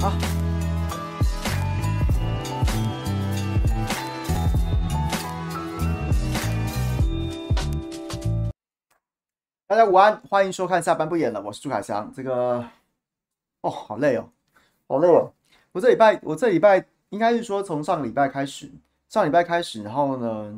好，大家午安，欢迎收看下班不演了，我是朱凯翔。好累哦，好累哦。我这礼拜应该是说从上礼拜开始，然后呢，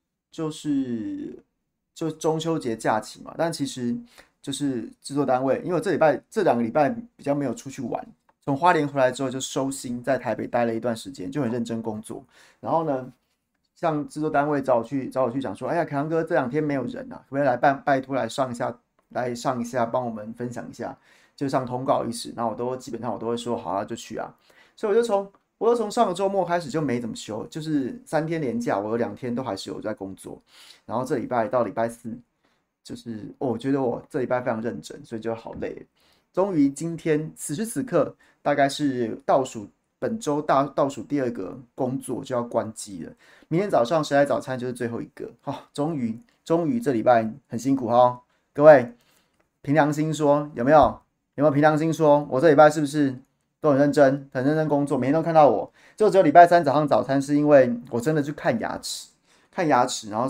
就中秋节假期嘛，但其实就是制作单位，因为我这两个礼拜比较没有出去玩，从花莲回来之后就收心，在台北待了一段时间，就很认真工作。然后呢，像制作单位找我去讲说，哎呀，凯阳哥这两天没有人啊，可不可以拜托来上一下，帮我们分享一下，就上通告意思。然后基本上我都会说好啊，就去啊。所以我就从上个周末开始就没怎么休，就是3天连假，我有2天都还是有在工作。然后这礼拜到礼拜四，我觉得我这礼拜非常认真，所以就好累。终于今天此时此刻，大概是本周倒数第2个工作就要关机了。明天早上谁来早餐就是最后一个。终于这礼拜很辛苦哈，各位凭良心说有没有凭良心说，我这礼拜是不是都很认真工作，每天都看到我？就只有礼拜三早上早餐是因为我真的去看牙齿，然后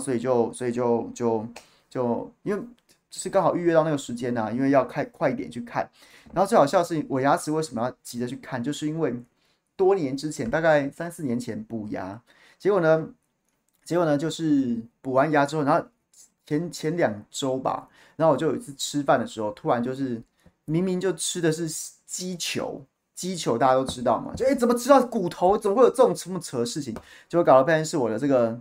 所以就因为就是刚好预约到那个时间啊，因为要快一点去看。然后最好笑的是，我牙齿为什么要急着去看，就是因为多年之前，大概3、4年前补牙，结果呢，就是补完牙之后，然后前2周吧，然后我就有一次吃饭的时候，突然就是明明就吃的是鸡球大家都知道嘛，就怎么吃到骨头，怎么会有这么扯的事情？结果搞到发现是我的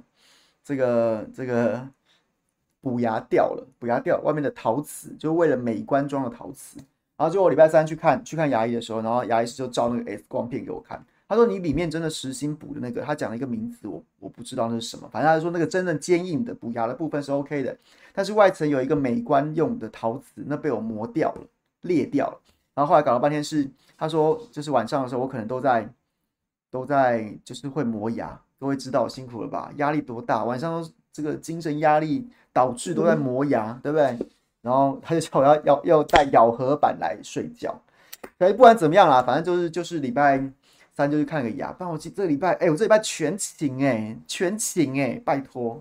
这个补牙掉外面的陶瓷，就为了美观装的陶瓷。然后就我礼拜三去看牙医的时候，然后牙医师就照那个 X 光片给我看，他说你里面真的实心补的那个，他讲了一个名字，我不知道那是什么，反正他说那个真正坚硬的补牙的部分是 OK 的，但是外层有一个美观用的陶瓷，那被我磨掉了，裂掉了。然后后来搞了半天是，他说就是晚上的时候我可能都在就是会磨牙，都会知道我辛苦了吧，压力多大，晚上都这个精神压力导致都在磨牙，对不对？然后他就叫我要带咬合板来睡觉，不管怎么样啦，反正就是礼拜三就去看了个牙，不然我这个礼拜，我这礼拜全勤拜托。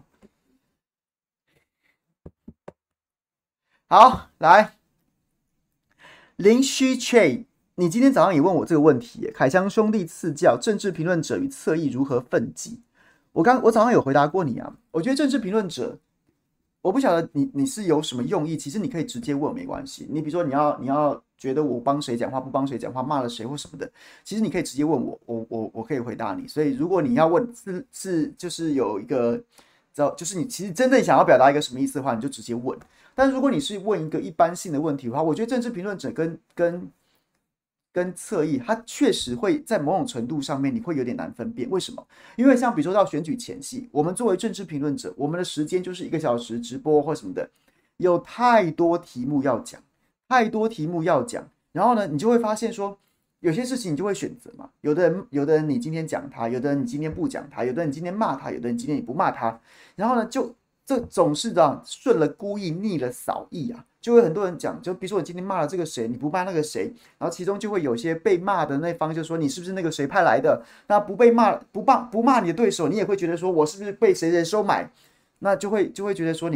好，来林虚 Che， 你今天早上也问我这个问题耶，凯翔兄弟赐教，政治评论者与侧翼如何奋击？我早上有回答过你啊，我觉得政治评论者。我不晓得你是有什么用意，其实你可以直接问没关系。你比如说你要觉得我帮谁讲话不帮谁讲话，骂了谁或什么的，其实你可以直接问我可以回答你。所以如果你要问就是有一个，就是你其实真正想要表达一个什么意思的话，你就直接问。但如果你是问一个一般性的问题的话，我觉得政治评论者跟侧翼，它确实会在某种程度上面你会有点难分辨。为什么？因为像比如说到选举前夕，我们作为政治评论者，我们的时间就是1个小时直播或什么的，有太多题目要讲，太多题目要讲。然后呢，你就会发现说，有些事情你就会选择嘛。有的人你今天讲他，有的人你今天不讲他，有的人你今天骂他，有的人今天你不骂他。然后呢，这总是这样顺了孤意，逆了扫意啊。就会很多人讲，就比如说我今天骂了这个谁，你不骂那个谁，然后其中就会有些被骂的那方就说你是不是那个谁派来的？那不骂你的对手，你也会觉得说我是不是被谁收买？那就会觉得说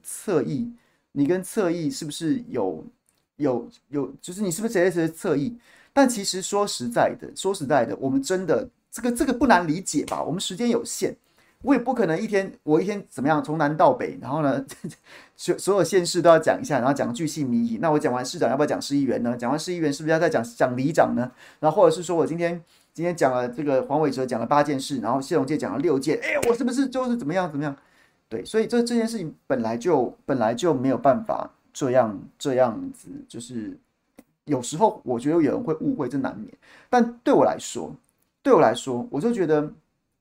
你跟侧翼是不是有，就是你是不是谁的侧翼？但其实说实在的，我们真的这个不难理解吧？我们时间有限。我也不可能一天怎么样从南到北，然后呢，所有县市都要讲一下，然后讲巨细靡遗。那我讲完市长要不要讲市议员呢？讲完市议员是不是要再讲里长呢？然后或者是说我今天讲了这个黄伟哲讲了8件事，然后谢龙介讲了6件，我是不是就是怎么样？对，所以这件事情本来就没有办法这样子，就是有时候我觉得有人会误会，这难免。但对我来说，我就觉得。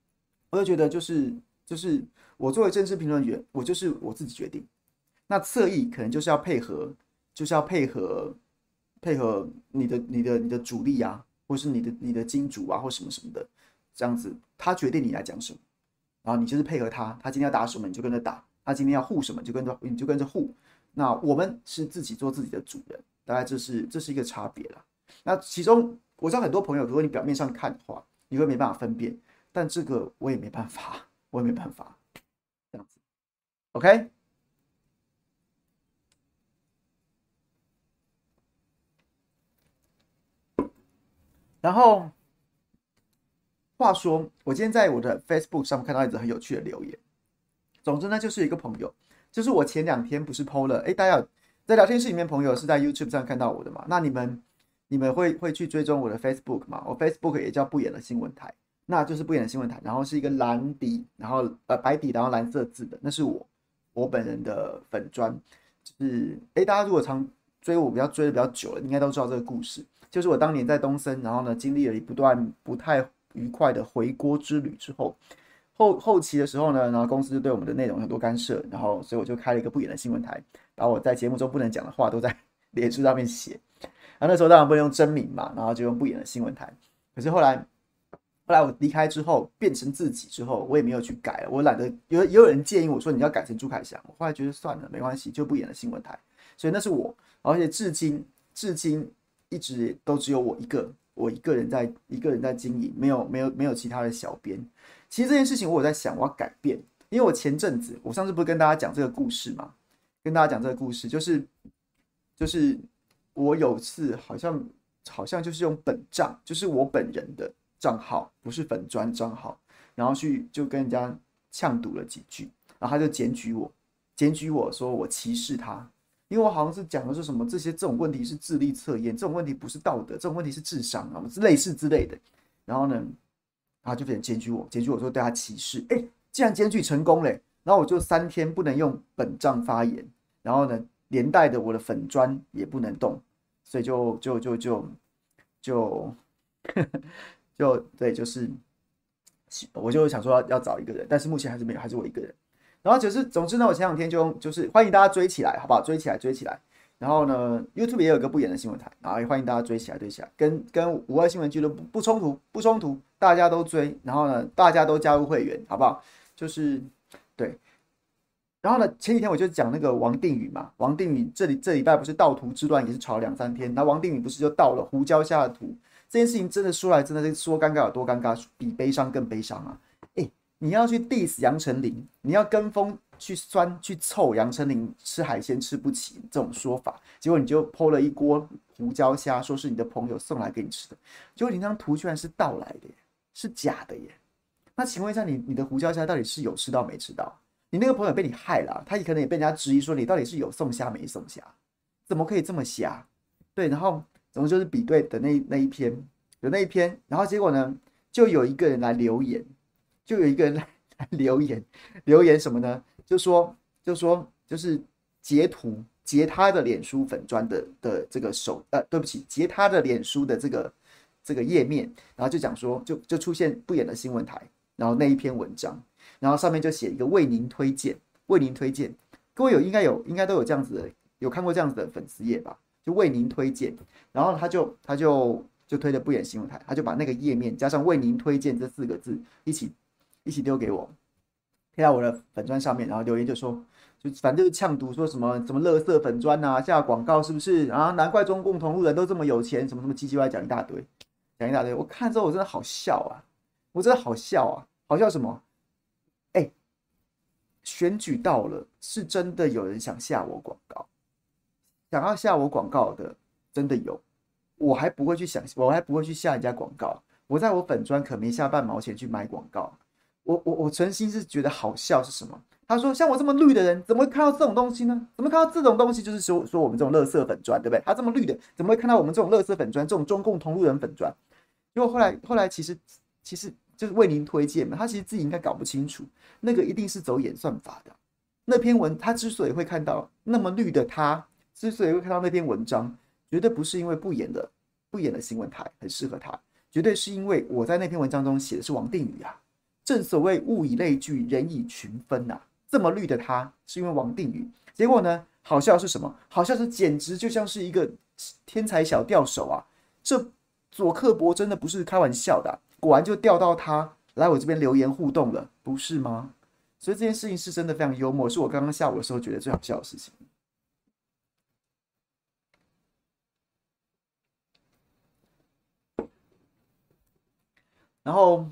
就是我作为政治评论员，我就是我自己决定。那侧翼可能就是要配合，你的主力啊，或是你的金主啊，或什么什么的，这样子，他决定你来讲什么，然后你就是配合他，他今天要打什么你就跟着打，他今天要护什么你就跟着护。那我们是自己做自己的主人，大概这是一个差别啦。那其中我知道很多朋友，如果你表面上看的话，你会没办法分辨，但这个我也没办法，我也没办法，这样子，OK。然后话说，我今天在我的 Facebook 上看到一则很有趣的留言。总之呢，就是一个朋友，就是我前2天不是 PO 了，大家有在聊天室里面朋友是在 YouTube 上看到我的嘛？那你们会去追踪我的 Facebook 嘛？我 Facebook 也叫不演的新闻台，那就是不演的新闻台，然后是一个蓝底，然后白底，然后蓝色字的，那是我本人的粉砖，就是大家如果常追我追的比较久了，应该都知道这个故事，就是我当年在东森，然后呢经历了不段不太愉快的回锅之旅之后。后期的时候呢，然后公司就对我们的内容很多干涉，然后所以我就开了一个不演的新闻台，把我在节目中不能讲的话都在脸书上面写。然后那时候当然不能用真名嘛，然后就用不演的新闻台。可是后来我离开之后，变成自己之后，我也没有去改了，我懒得有人建议我说你要改成朱凯翔，我后来觉得算了，没关系，就不演的新闻台。所以那是我，而且至今一直都只有我一个人在经营，没有其他的小编。其实这件事情我有在想，我要改变，因为我前阵子，我上次不是跟大家讲这个故事嘛？跟大家讲这个故事，就是我有次好像就是用本账，就是我本人的账号，不是粉专账号，然后就跟人家呛赌了几句，然后他就检举我说我歧视他，因为我好像是讲的是什么这种问题是智力测验，这种问题不是道德，这种问题是智商啊，类似之类的。然后呢，他就变成检举我说对他歧视，竟然检举成功嘞！然后我就3天不能用本账发言，然后呢，连带的我的粉砖也不能动，所以就对，就是我就想说要找一个人，但是目前还是没有，还是我一个人。然后总之呢，我前2天就是欢迎大家追起来，好不好？追起来。然后呢，YouTube 也有一个不演的新闻台，然后也欢迎大家追起来，跟52新闻俱乐部不冲突，大家都追，然后呢，大家都加入会员，好不好？就是对。然后呢，前几天我就讲那个王定宇嘛，王定宇这礼拜不是盗图之乱也是吵了2、3天，那王定宇不是就盗了胡椒虾的图，这件事情真的说来真的是说尴尬有多尴尬，比悲伤更悲伤啊！你要去 diss 杨丞琳，你要跟风去凑杨丞琳吃海鲜吃不起这种说法，结果你就 po 了一锅胡椒虾，说是你的朋友送来给你吃的，结果你那张图居然是盗来的耶，是假的耶！那请问一下你的胡椒虾到底是有吃到没吃到？你那个朋友被你害了，他可能也被人家质疑说你到底是有送虾没送虾，怎么可以这么瞎？对，然后总之就是比对的那一篇，然后结果呢，就有一个人来留言，就有一个人来留言什么呢？就是截他的脸书粉砖的这个对不起，截他的脸书的这个页面，然后就讲说就出现不演的新闻台，然后那一篇文章。然后上面就写一个为您推荐，各位应该都有这样子的，有看过这样子的粉丝页吧？就为您推荐，然后他就推的不演新闻台，他就把那个页面加上为您推荐这4个字一起丢给我，贴在我的粉砖上面，然后留言就说，反正就是呛毒说什么垃圾粉砖啊，下广告是不是啊？难怪中共同路人都这么有钱，什么唧唧歪讲一大堆，我看之后我真的好笑啊，我真的好笑啊，好笑什么？选举到了，是真的有人想下我广告，想要下我广告的真的有，我还不会去下人家广告，我在我粉专可没下半毛钱去买广告，我诚心是觉得好笑是什么？他说像我这么绿的人，怎么会看到这种东西呢？怎么看到这种东西？就是说我们这种垃圾粉砖，对不对？他这么绿的，怎么会看到我们这种垃圾粉砖，这种中共同路人粉砖？结果后来其实就是为您推荐嘛，他其实自己应该搞不清楚，那个一定是走演算法的。那篇文他之所以会看到那么绿的他，之所以会看到那篇文章，绝对不是因为不演的新闻台很适合他，绝对是因为我在那篇文章中写的是王定宇啊。正所谓物以类聚，人以群分啊，这么绿的他是因为王定宇。结果呢，好笑是什么？好笑是简直就像是一个天才小钓手啊！这佐克伯真的不是开玩笑的果然就钓到他来我这边留言互动了，不是吗？所以这件事情是真的非常幽默，是我刚刚下午的时候觉得最好笑的事情。 然后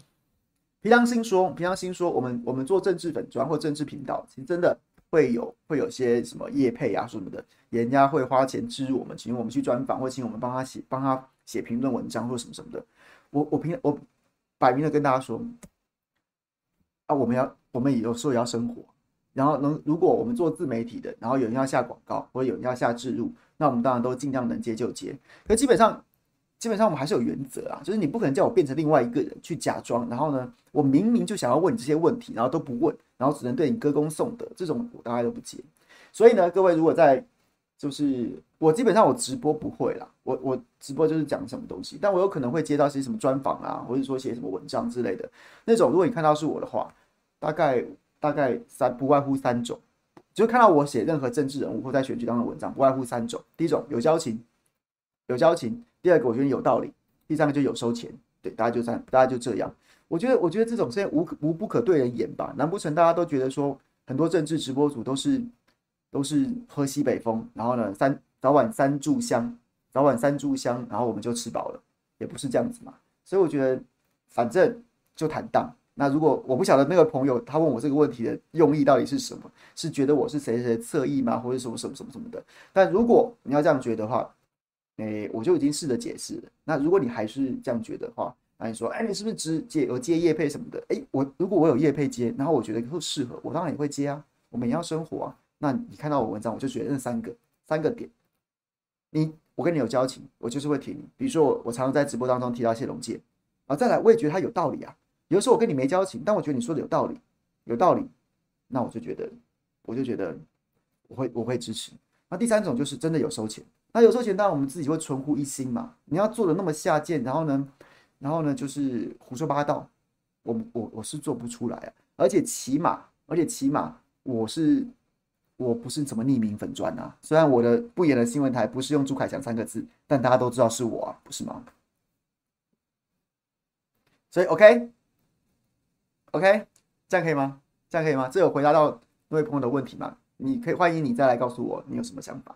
平常心说，我们做政治粉专或政治频道，其实真的会有些什么业配啊什么的，人家会花钱支持我们，请我们去专访，或请我们帮他写评论文章或什么什么的。我摆明了跟大家说啊，我们有时候也要生活，然后如果我们做自媒体的，然后有人要下广告或者有人要下置入，那我们当然都尽量能接就接。可基本上我们还是有原则啊，就是你不可能叫我变成另外一个人去假装，然后呢，我明明就想要问你这些问题，然后都不问，然后只能对你歌功颂德，这种我大概都不接。所以呢，各位如果就是我基本上我直播不会啦，我直播就是讲什么东西，但我有可能会接到些什么专访啊，或者说写什么文章之类的那种。如果你看到是我的话，大概不外乎三种，就看到我写任何政治人物或在选举当中的文章，不外乎三种。第一种有交情，有交情；第二个我觉得有道理；第三个就有收钱。对，大家就这样。我觉得这种现在无不可对人言吧？难不成大家都觉得说很多政治直播主都是喝西北风，然后呢早晚三炷香，然后我们就吃饱了，也不是这样子嘛。所以我觉得反正就坦荡。那如果我不晓得那个朋友他问我这个问题的用意到底是什么，是觉得我是谁谁侧翼吗，或者什么什么什么什么的？但如果你要这样觉得的话，我就已经试着解释了。那如果你还是这样觉得的话，那你说，你是不是有接业配什么的？如果我有业配接，然后我觉得会适合，我当然也会接啊。我们也要生活啊。那你看到我文章，我就觉得那三个点，我跟你有交情，我就是会挺你。比如说我常常在直播当中提到谢龙介啊，再来我也觉得他有道理啊。有的时候我跟你没交情，但我觉得你说的有道理，那我就觉得我会支持。那第三种就是真的有收钱，那有收钱当然我们自己会存乎一心嘛。你要做的那么下贱，然后呢就是胡说八道，我是做不出来啊。而且起码我不是什么匿名粉砖啊，虽然我的不演的新闻台不是用朱凯翔3个字，但大家都知道是我啊，不是吗？所以 OK，这样可以吗？这样可以吗？这有回答到那位朋友的问题吗？你可以欢迎你再来告诉我你有什么想法。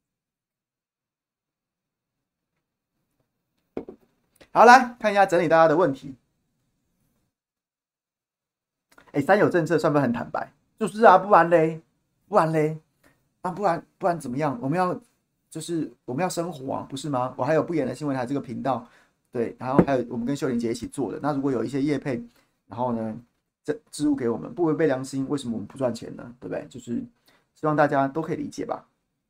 好，来看一下整理大家的问题。三有政策算不算很坦白？就是啊，不然嘞，啊，不然怎么样？我们要生活啊，不是吗？我还有不演的新闻台这个频道，对，然后还有我们跟秀玲姐一起做的。那如果有一些业配，然后呢，这植入给我们，不违背良心，为什么我们不赚钱呢？对不对？就是希望大家都可以理解吧。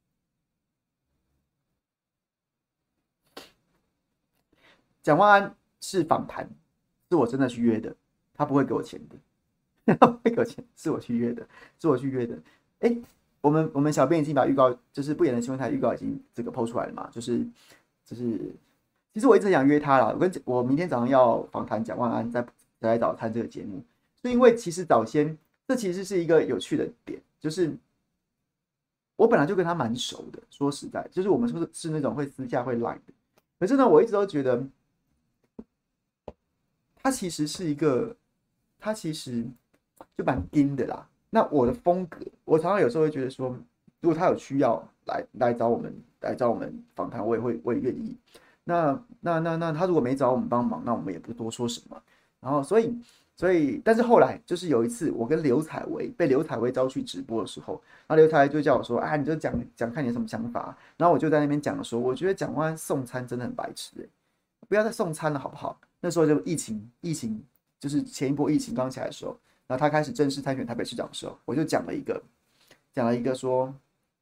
蒋万安是访谈，是我真的去约的，他不会给我钱的，他不会给我钱，是我去约的，是我去约的。哎，我们小编已经把预告，就是不演的新闻台预告已经这个 PO 出来了嘛，就是，其实我一直想约他了，我明天早上要访谈蒋万安在来早餐这个节目，是因为其实早先这其实是一个有趣的点，就是我本来就跟他蛮熟的，说实在，就是我们是那种会私下会赖的，可是呢，我一直都觉得他其实是一个，他其实就蛮硬的啦。那我的风格，我常常有时候会觉得说，如果他有需要来找我们访谈，我也愿意。那他如果没找我们帮忙，那我们也不多说什么。然后所以，但是后来就是有一次，我跟刘采薇被刘采薇招去直播的时候，然后刘采薇就叫我说：“啊，你就讲讲看你有什么想法。”然后我就在那边讲说，我觉得蒋万安送餐真的很白痴不要再送餐了好不好？那时候就疫情就是前一波疫情刚起来的时候，然后他开始正式参选台北市长的时候，我就讲了一个说，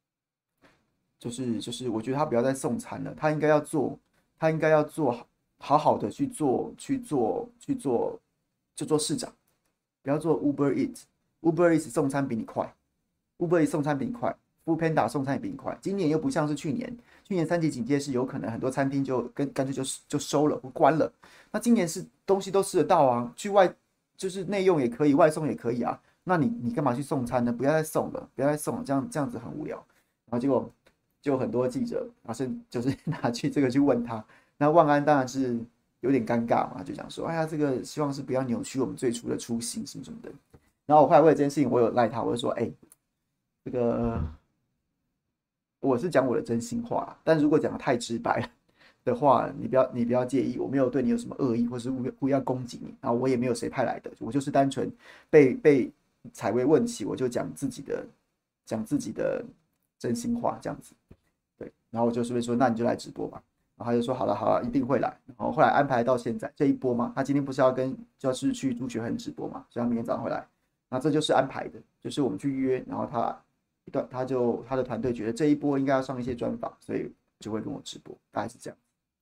就是我觉得他不要再送餐了，他应该要做好的去做就做市长，不要做 Uber Eat，Uber Eat 送餐比你快，Uber Eat 送餐比你快，Food Panda 送餐也比你快。今年又不像是去年3级警戒是有可能很多餐厅就干脆就收了不关了，那今年是东西都吃得到啊，就是内用也可以，外送也可以啊。那你干嘛去送餐呢？不要再送了，不要再送了，这样子很无聊。然后结果就很多记者就是拿去这个去问他，那万安当然是有点尴尬嘛，就讲说，哎呀，这个希望是不要扭曲我们最初的初心什么什么的。然后我后来为了这件事情，我有赖他，我就说，这个我是讲我的真心话，但如果讲的太直白了， 的话，你不要介意，我没有对你有什么恶意，或是故意要攻击你，然后我也没有谁派来的，我就是单纯被采薇问起，我就讲自己的真心话这样子。对，然后我就顺便说，那你就来直播吧。然后他就说好了好了，一定会来。然后后来安排到现在这一波嘛，他今天不是就是去朱学恒直播嘛，所以他明天早上会来。那这就是安排的，就是我们去约，然后他的团队觉得这一波应该要上一些专访，所以就会跟我直播，大概是这样。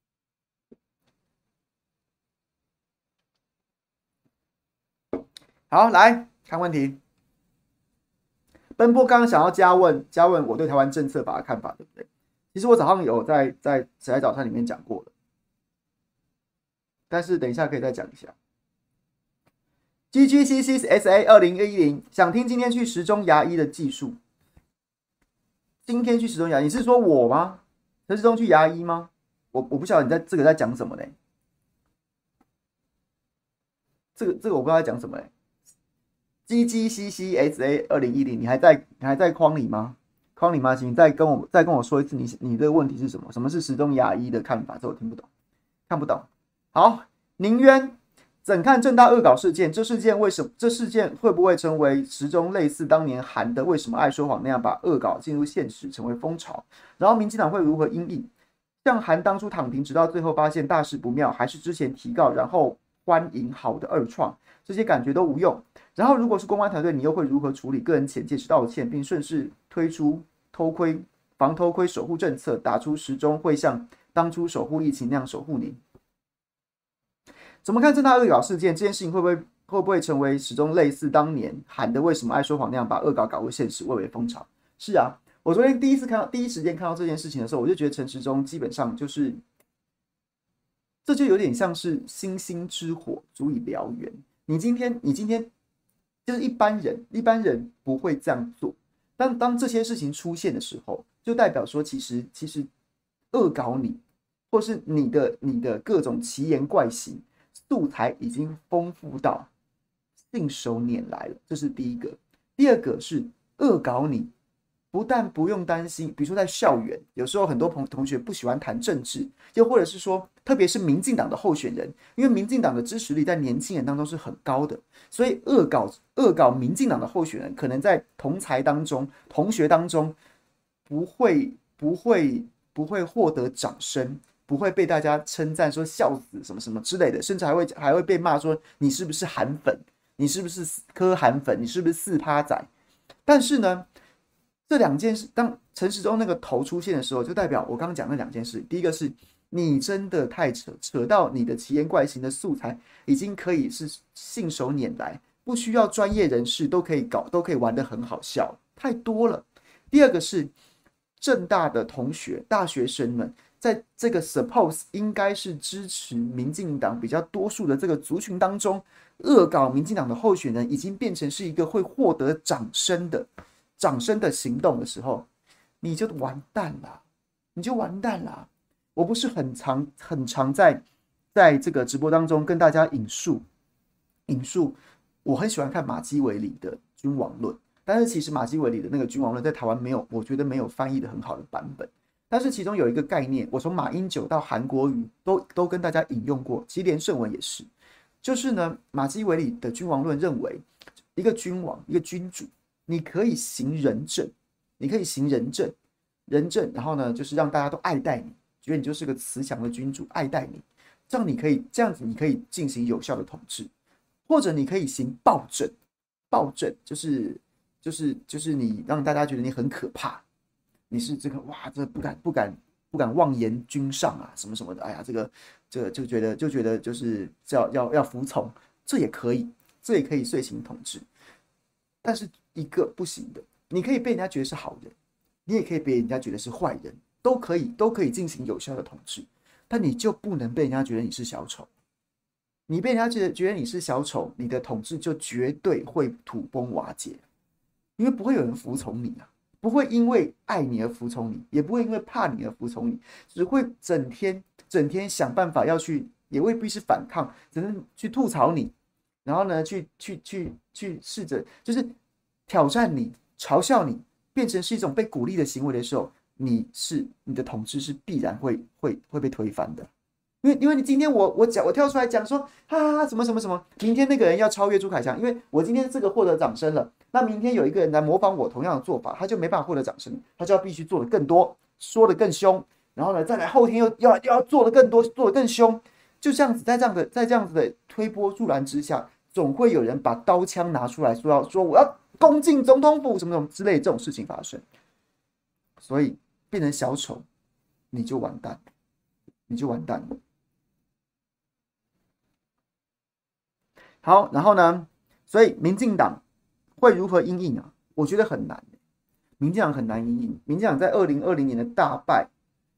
好，来看问题。奔波刚刚想要加问我对台湾政策法的看法，对不对？其实我早上有在《时代早餐》里面讲过了，但是等一下可以再讲一下。GGCCSA 2010，想听今天去时钟牙医的技术。今天去时钟牙医，你是说我吗？陈时中去牙医吗？我不晓得你这个在讲什么嘞？这个我不知道在讲什么嘞。GGCCSA 2010，你还在框里吗？框里吗？请再跟我说一次你这个问题是什么？什么是时钟牙医的看法？这我听不懂，看不懂。好，宁渊怎看政大恶搞事件？这事件会不会成为时钟类似当年韩的为什么爱说谎那样把恶搞进入现实，成为风潮？然后民进党会如何因应？像韩当初躺平，直到最后发现大事不妙，还是之前提告然后欢迎好的二创，这些感觉都无用。然后如果是公关团队，你又会如何处理个人浅见时道歉，并顺势推出防偷窥守护政策，打出时钟会像当初守护疫情那样守护您？怎么看政大恶搞事件这件事情会不会成为始终类似当年喊的为什么爱说谎那样把恶搞搞入现实，蔚为风潮？是啊，我昨天第一时间看到这件事情的时候，我就觉得陈时中基本上就是这就有点像是星星之火足以燎原。你今天就是一般人不会这样做。当这些事情出现的时候，就代表说其实恶搞你，或是你的各种奇言怪行素材已经丰富到信手拈来了，这是第一个。第二个是恶搞你，不但不用担心，比如说在校园，有时候很多同学不喜欢谈政治，又或者是说，特别是民进党的候选人，因为民进党的支持率在年轻人当中是很高的，所以恶搞民进党的候选人，可能在同才当中、同学当中不会获得掌声。不会被大家称赞说笑死什么什么之类的，甚至还会被骂说你是不是韩粉，你是不是柯韩粉，你是不是四趴仔？但是呢，这两件事，当陈时中那个头出现的时候，就代表我刚刚讲那两件事。第一个是你真的太扯到你的奇言怪行的素材已经可以是信手拈来，不需要专业人士都可以玩得很好笑，太多了。第二个是政大的同学、大学生们。在这个 suppose 应该是支持民进党比较多数的这个族群当中，恶搞民进党的候选人已经变成是一个会获得掌声的行动的时候，你就完蛋了，我不是很常在这个直播当中跟大家引述，我很喜欢看马基维里的君王论，但是其实马基维里的那个君王论在台湾没有，我觉得没有翻译的很好的版本。但是其中有一个概念，我从马英九到韩国瑜都跟大家引用过，其实连胜文也是，就是呢，马基维里的君王论认为，一个君王，一个君主，你可以行仁政，然后呢，就是让大家都爱戴你，觉得你就是个慈祥的君主，爱戴你，这样子你可以进行有效的统治，或者你可以行暴政，就是你让大家觉得你很可怕。你是这个哇，这不敢妄言君上啊，什么什么的，哎呀，这个就觉得就是要服从，这也可以遂行统治，但是一个不行的，你可以被人家觉得是好人，你也可以被人家觉得是坏人，都可以进行有效的统治，但你就不能被人家觉得你是小丑，你被人家觉得你是小丑，你的统治就绝对会土崩瓦解，因为不会有人服从你啊。不会因为爱你而服从你，也不会因为怕你而服从你，只会整天想办法要去，也未必是反抗，只能去吐槽你，然后呢，去试着就是挑战你、嘲笑你，变成是一种被鼓励的行为的时候， 你的统治是必然会被推翻的。因为你今天我跳出来讲说什么什么什么，明天那个人要超越朱凯翔，因为我今天这个获得掌声了，那明天有一个人来模仿我同样的做法，他就没办法获得掌声，他就要必须做的更多，说的更凶，然后呢再来后天又要做的更多，做的更凶，就这样子在这样子的推波助澜之下，总会有人把刀枪拿出来说我要攻进总统府什么什么之类的这种事情发生，所以变成小丑，你就完蛋了，你就完蛋了。好，然后呢？所以民进党会如何因应啊？我觉得很难。民进党很难因应。民进党在2020年的大败，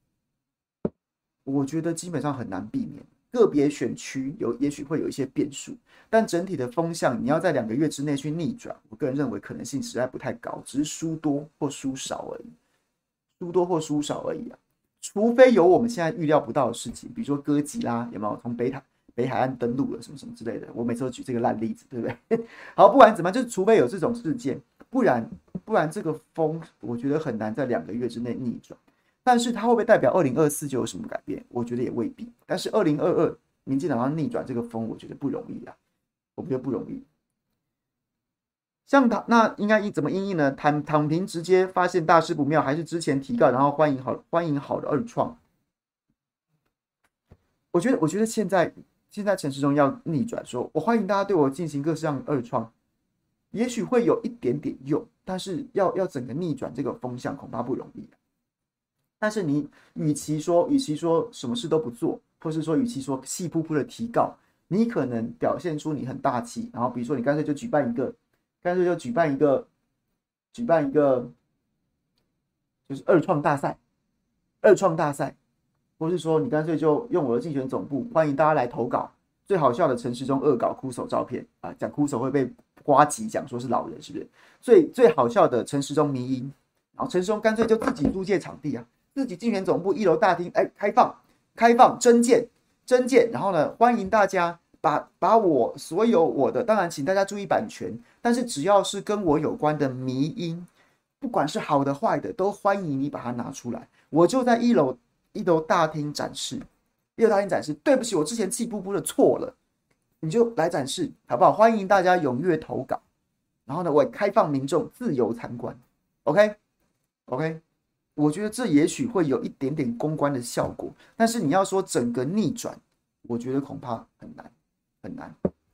我觉得基本上很难避免。个别选区也许会有一些变数，但整体的风向，你要在2个月之内去逆转，我个人认为可能性实在不太高，只是输多或输少而已，输多或输少而已啊。除非有我们现在预料不到的事情，比如说哥吉拉有没有从北海岸登陆了什么什么之类的，我每次都举这个烂例子，对不对？好，不管怎么样，就是除非有这种事件，不然这个风，我觉得很难在2个月之内逆转。但是它会不会代表2024就有什么改变？我觉得也未必。但是2022民进党要逆转这个风，我觉得不容易啊，我觉得不容易。像他那应该怎么因应呢？躺平直接发现大事不妙，还是之前提告，然后欢迎好的二创？我觉得现在陈时中要逆转，说我欢迎大家对我进行各式各样的二创，也许会有一点点用，但是要整个逆转这个风向恐怕不容易。但是你与其说什么事都不做，或是说与其说气扑扑的提告，你可能表现出你很大气，然后比如说你干脆就举办一个就是二创大赛，或是说你干脆就用我的竞选总部，欢迎大家来投稿。最好笑的陈时中恶搞哭手照片啊，讲哭手会被呱吉讲说是老人，是不是？最好笑的陈时中迷因，然后陈时中干脆就自己租借场地啊，自己竞选总部1楼大厅，开放征件，然后呢，欢迎大家把我所有我的，当然请大家注意版权，但是只要是跟我有关的迷因，不管是好的坏的，都欢迎你把它拿出来，我就在一楼大厅展示，对不起，我之前气呼呼的错了，你就来展示，好不好？欢迎大家踊跃投稿，然后呢，我也开放民众自由参观。OK，我觉得这也许会有一点点公关的效果，但是你要说整个逆转，我觉得恐怕很难。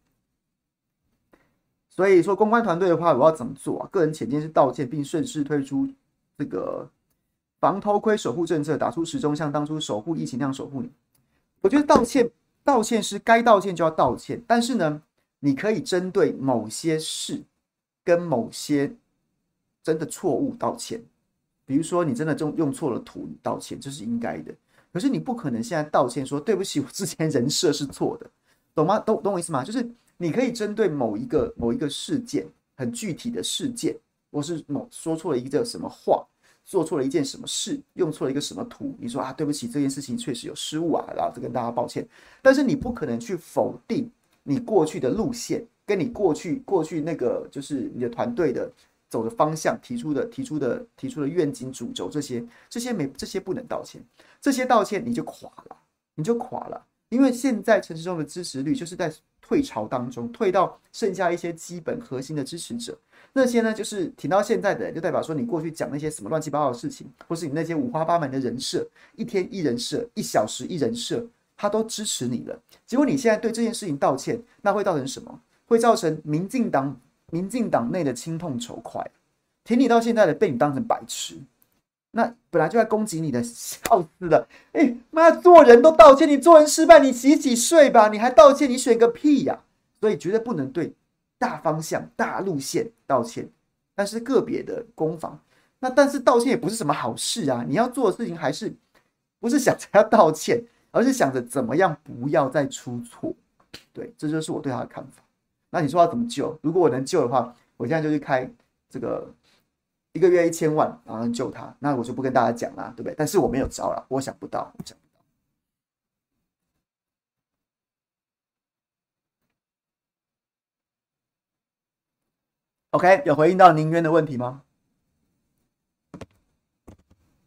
所以说公关团队的话，我要怎么做啊？个人浅见是道歉，并顺势推出这个防偷窥守护政策，打出时钟，像当初守护疫情那样守护你。我觉得道歉是该道歉就要道歉，但是呢，你可以针对某些事跟某些真的错误道歉。比如说你真的用错了图，你道歉，这是应该的。可是你不可能现在道歉说对不起，我之前人设是错的，懂吗？懂我意思吗？就是你可以针对某一个事件，很具体的事件，或是说错了一个什么话，做错了一件什么事，用错了一个什么图，你说啊，对不起，这件事情确实有失误啊，然后跟大家抱歉。但是你不可能去否定你过去的路线，跟你过去那个就是你的团队的走的方向，提出的愿景主轴，这些不能道歉，这些道歉你就垮了，因为现在陈时中的支持率就是在退潮当中，退到剩下一些基本核心的支持者。那些呢，就是挺到现在的人，就代表说你过去讲那些什么乱七八糟的事情，或是你那些五花八门的人设，一天一人设，1小时一人设，他都支持你了。结果你现在对这件事情道歉，那会造成什么？会造成民进党内的亲痛仇快，挺你到现在的被你当成白痴，那本来就在攻击你的，笑死了！妈，做人都道歉，你做人失败，你洗睡吧，你还道歉，你选个屁呀！所以绝对不能对大方向、大路线道歉，但是个别的攻防，但是道歉也不是什么好事啊！你要做的事情还是不是想着要道歉，而是想着怎么样不要再出错。对，这就是我对他的看法。那你说要怎么救？如果我能救的话，我现在就去开这个1个月1000万，然后救他。那我就不跟大家讲啦，对不对？但是我没有招了，我想不到。OK， 有回应到宁渊的问题吗？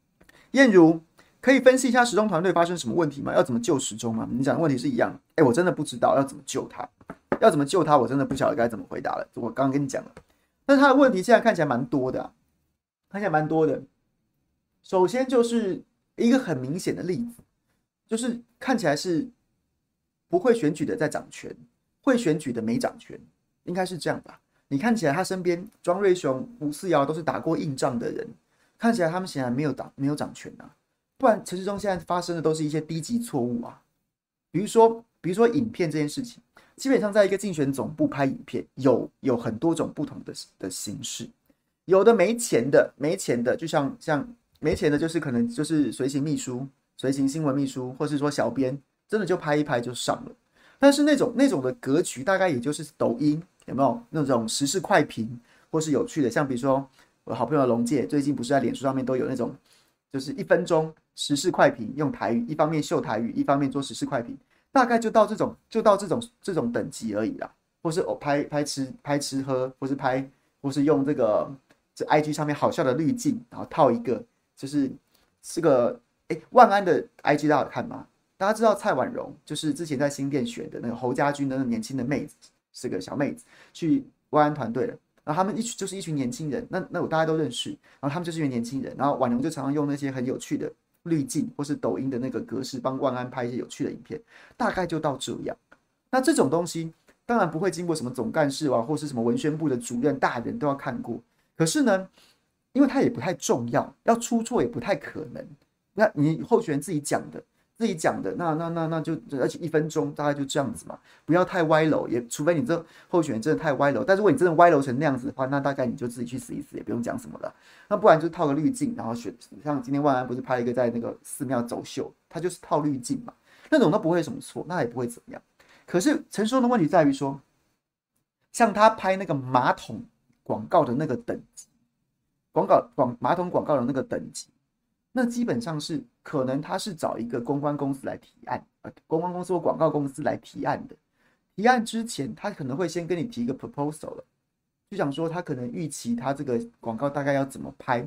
燕如，可以分析一下时钟团队发生什么问题吗？要怎么救时钟吗？你讲的问题是一样的。我真的不知道要怎么救他，要怎么救他，我真的不晓得该怎么回答了。我刚刚跟你讲了，但是他的问题现在看起来蛮多的、看起来蛮多的。首先就是一个很明显的例子，就是看起来是不会选举的在掌权，会选举的没掌权，应该是这样吧？你看起来他身边庄瑞雄、吴思瑶都是打过硬仗的人，看起来他们显然没有掌权啊。不然陈时中现在发生的都是一些低级错误啊，比如说影片这件事情，基本上在一个竞选总部拍影片，有很多种不同的形式，有的没钱的，就像没钱的，就是可能就是随行秘书、随行新闻秘书，或是说小编，真的就拍一拍就上了。但是那种的格局，大概也就是抖音有没有那种时事快评，或是有趣的，像比如说我好朋友龙介最近不是在脸书上面都有那种，就是1分钟时事快评，用台语，一方面秀台语，一方面做时事快评，大概就到这种等级而已啦。或是拍吃喝，或是用这 IG 上面好笑的滤镜，然后套一个就是这个万安的 IG 大家有看吗？大家知道蔡婉容就是之前在新店选的那个侯家军的那个年轻的妹子，是个小妹子，去万安团队了。然后他们就是一群年轻人，那我大家都认识，然后他们就是一群年轻人，然后婉容就常常用那些很有趣的滤镜或是抖音的那个格式帮万安拍一些有趣的影片，大概就到这样。那这种东西当然不会经过什么总干事啊，或是什么文宣部的主任大人都要看过。可是呢，因为它也不太重要，要出错也不太可能。那你候选人自己讲的，那就而且1分钟大概就这样子嘛，不要太歪楼，也除非你这候选人真的太歪楼。但如果你真的歪楼成那样子的话，那大概你就自己去死一死，也不用讲什么了。那不然就套个滤镜，然后像今天万安不是拍了一个在那个寺庙走秀，他就是套滤镜嘛，那种都不会有什么错，那也不会怎么样。可是陈时中的问题在于说，像他拍那个马桶广告的那个等级，马桶广告的那个等级，那基本上是可能他是找一个公关公司来提案，公关公司或广告公司来提案的。提案之前，他可能会先跟你提一个 proposal 了，就想说他可能预期他这个广告大概要怎么拍，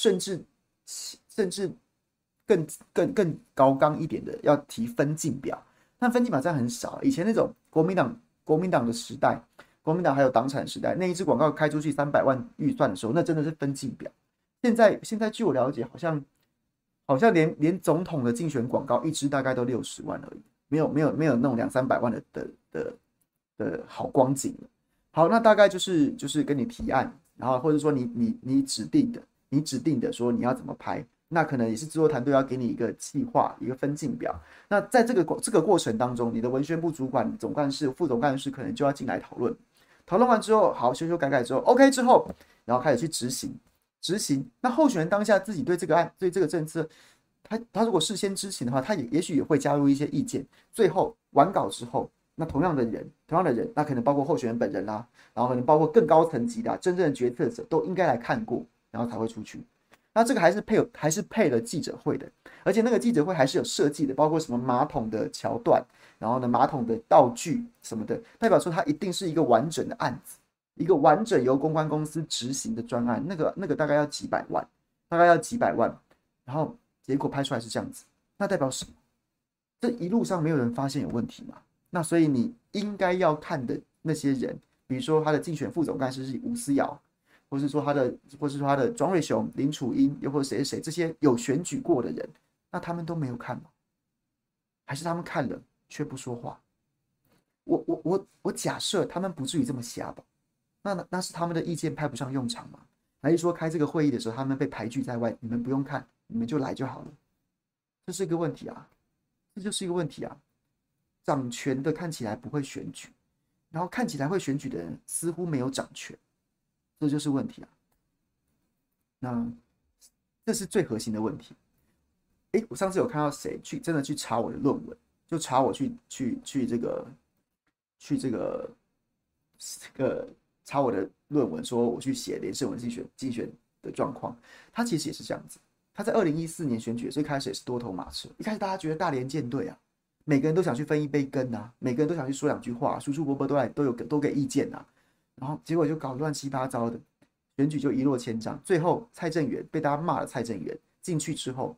甚至更高纲一点的要提分镜表。但分镜表这样很少，以前那种国民党的时代，国民党还有党产时代，那一支广告开出去300万预算的时候，那真的是分镜表。现在据我了解，好像连总统的竞选广告一支大概都60万而已，没有那种200-300万的好光景了。好，那大概就是跟你提案，然后或者说你指定的说你要怎么拍，那可能也是制作团队要给你一个计划，一个分镜表。那在这个过程当中，你的文宣部主管、总干事、副总干事可能就要进来讨论，讨论完之后，好修改之后，OK 之后，然后开始去执行。那候选人当下自己对这个政策，他如果事先知情的话，他也许也会加入一些意见。最后完稿之后，那同样的人，那可能包括候选人本人啦，然后可能包括更高层级的真正的决策者，都应该来看过，然后才会出去。那这个还是配了记者会的，而且那个记者会还是有设计的，包括什么马桶的桥段，然后呢马桶的道具什么的，代表说它一定是一个完整的案子，一个完整由公关公司执行的专案，那个大概要几百万，然后结果拍出来是这样子，那代表什么？这一路上没有人发现有问题嘛？那所以你应该要看的那些人，比如说他的竞选副总干事是吴思瑶，或是说他的庄瑞雄、林楚英，又或者谁这些有选举过的人，那他们都没有看吗？还是他们看了却不说话？我假设他们不至于这么瞎吧？那是他们的意见派不上用场吗？还是说开这个会议的时候他们被排拒在外，你们不用看，你们就来就好了？这是一个问题啊，这就是一个问题啊。掌权的看起来不会选举，然后看起来会选举的人似乎没有掌权，这就是问题啊。那这是最核心的问题。我上次有看到谁真的去查我的论文，就查我去这个查我的论文，说我去写连胜文竞选的状况，他其实也是这样子。他在2014年选举最开始也是多头马车，一开始大家觉得大连舰队啊，每个人都想去分一杯羹啊，每个人都想去说两句话，叔叔伯伯都给意见啊，然后结果就搞乱七八糟的，选举就一落千丈。最后蔡正元被大家骂了，蔡正元进去之后，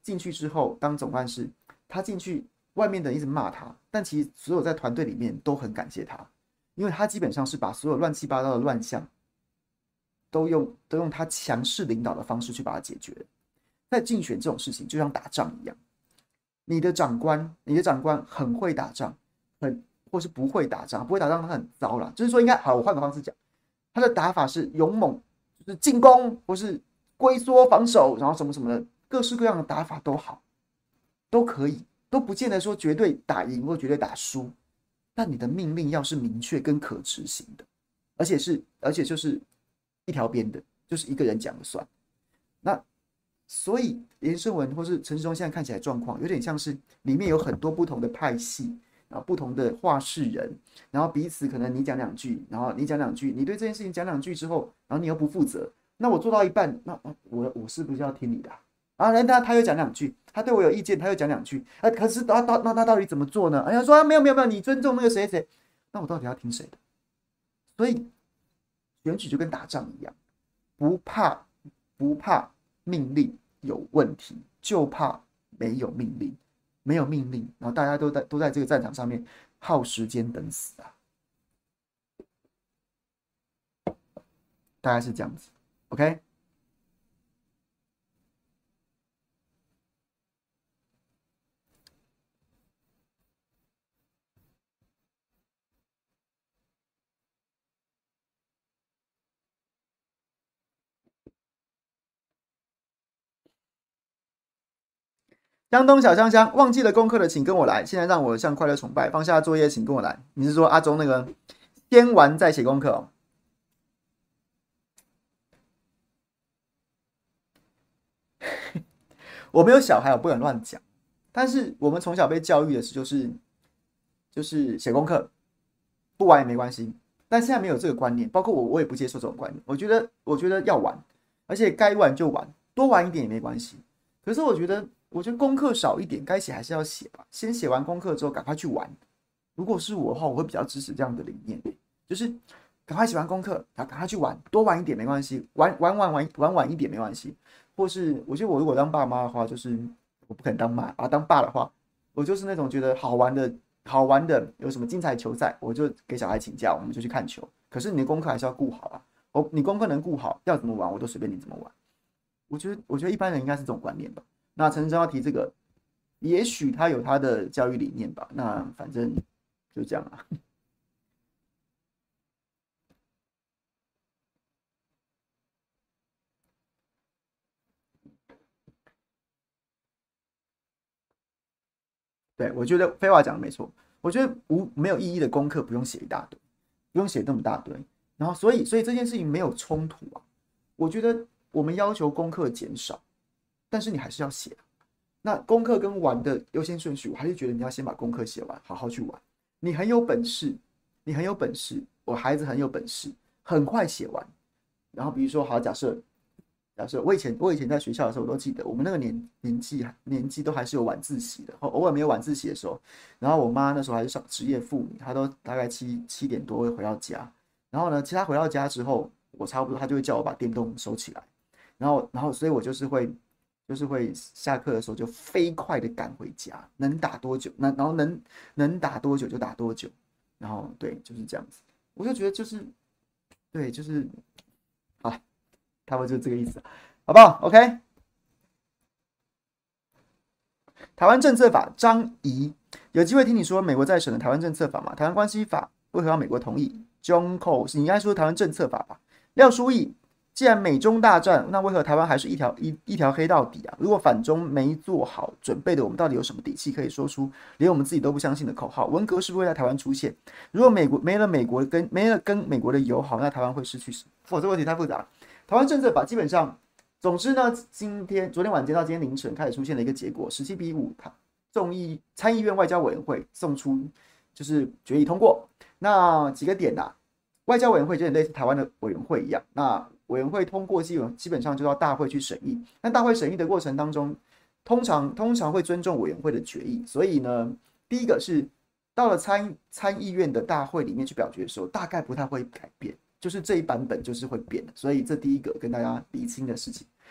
进去之后当总干事，他进去外面的人一直骂他，但其实所有在团队里面都很感谢他，因为他基本上是把所有乱七八糟的乱象都用他强势领导的方式去把它解决。在竞选这种事情就像打仗一样，你的长官很会打仗，或是不会打仗，不会打仗他很糟啦，就是说应该好，我换个方式讲，他的打法是勇猛，就是进攻或是龟缩防守，然后什么什么的，各式各样的打法都好，都可以，都不见得说绝对打赢或绝对打输，但你的命令要是明确跟可执行的，而且就是一条边的，就是一个人讲了算。那所以连胜文或是陈时中现在看起来状况有点像是里面有很多不同的派系，然后不同的话事人，然后彼此可能你讲两句，然后你讲两句，你对这件事情讲两句之后，然后你又不负责，那我做到一半，那我是不是要听你的啊？然后他又讲两句，他对我有意见，他又讲两句，可是那到底怎么做呢？哎呀，说没有，你尊重那个谁谁，那我到底要听谁的？所以选举就跟打仗一样，不怕命令有问题，就怕没有命令，没有命令，然后大家都在这个战场上面耗时间等死啊，大概是这样子。OK， 江东小香香，忘记了功课的请跟我来，现在让我向快乐崇拜，放下作业请跟我来。你是说阿中那个先玩再写功课哦？我没有小孩，我不能乱讲。但是我们从小被教育的是，就是写功课，不玩也没关系。但现在没有这个观念，包括我也不接受这种观念。我觉得要玩，而且该玩就玩，多玩一点也没关系。可是我觉得功课少一点，该写还是要写吧。先写完功课之后，赶快去玩。如果是我的话，我会比较支持这样的理念，就是赶快写完功课，然后赶快去玩，多玩一点没关系，玩一点没关系。或是我觉得我如果当爸妈的话，就是我不可能当妈啊，当爸的话，我就是那种觉得好玩的有什么精彩球赛，我就给小孩请假，我们就去看球。可是你的功课还是要顾好啊，你功课能顾好，要怎么玩我都随便你怎么玩。我觉得一般人应该是这种观念吧。那陈生要提这个，也许他有他的教育理念吧。那反正就这样啊。对，我觉得废话讲的没错。我觉得没有意义的功课不用写一大堆，不用写那么大堆。然后所以这件事情没有冲突啊。我觉得我们要求功课减少，但是你还是要写啊。那功课跟玩的优先顺序，我还是觉得你要先把功课写完，好好去玩。你很有本事，你很有本事，我孩子很有本事，很快写完。然后比如说，好，假设我以前在学校的时候，我都记得我们那个年纪都还是有晚自习的，偶尔没有晚自习的时候，然后我妈那时候还是上职业妇女，她都大概7点多会回到家，然后呢，其实她回到家之后，我差不多她就会叫我把电动收起来，然后所以我就是会下课的时候就飞快的赶回家，能打多久，然后能打多久就打多久，然后对，就是这样子，我就觉得就是对，就是好，差不多就是这个意思，好不好？OK，台湾政策法张仪，有机会听你说美国在审的台湾政策法嘛？台湾关系法为何要美国同意？John Cole，你应该说台湾政策法吧？廖书义，既然美中大战，那为何台湾还是一条黑到底啊？如果反中没做好准备的，我们到底有什么底气可以说出连我们自己都不相信的口号？文革是不是会在台湾出现？如果美国没了跟美国的友好，那台湾会失去什么？这个问题太复杂了。台湾政策法基本上，总之呢，昨天晚间到今天凌晨开始出现了一个结果，17-5，参议院外交委员会送出就是决议通过。那几个点呐、外交委员会就有点类似台湾的委员会一样，那委员会通过基本上就到大会去审议。但大会审议的过程当中，通常会尊重委员会的决议，所以呢，第一个是到了参议院的大会里面去表决的时候，大概不太会改变，就是这一版本就是会变的，所以这第一个跟大家厘清的事情。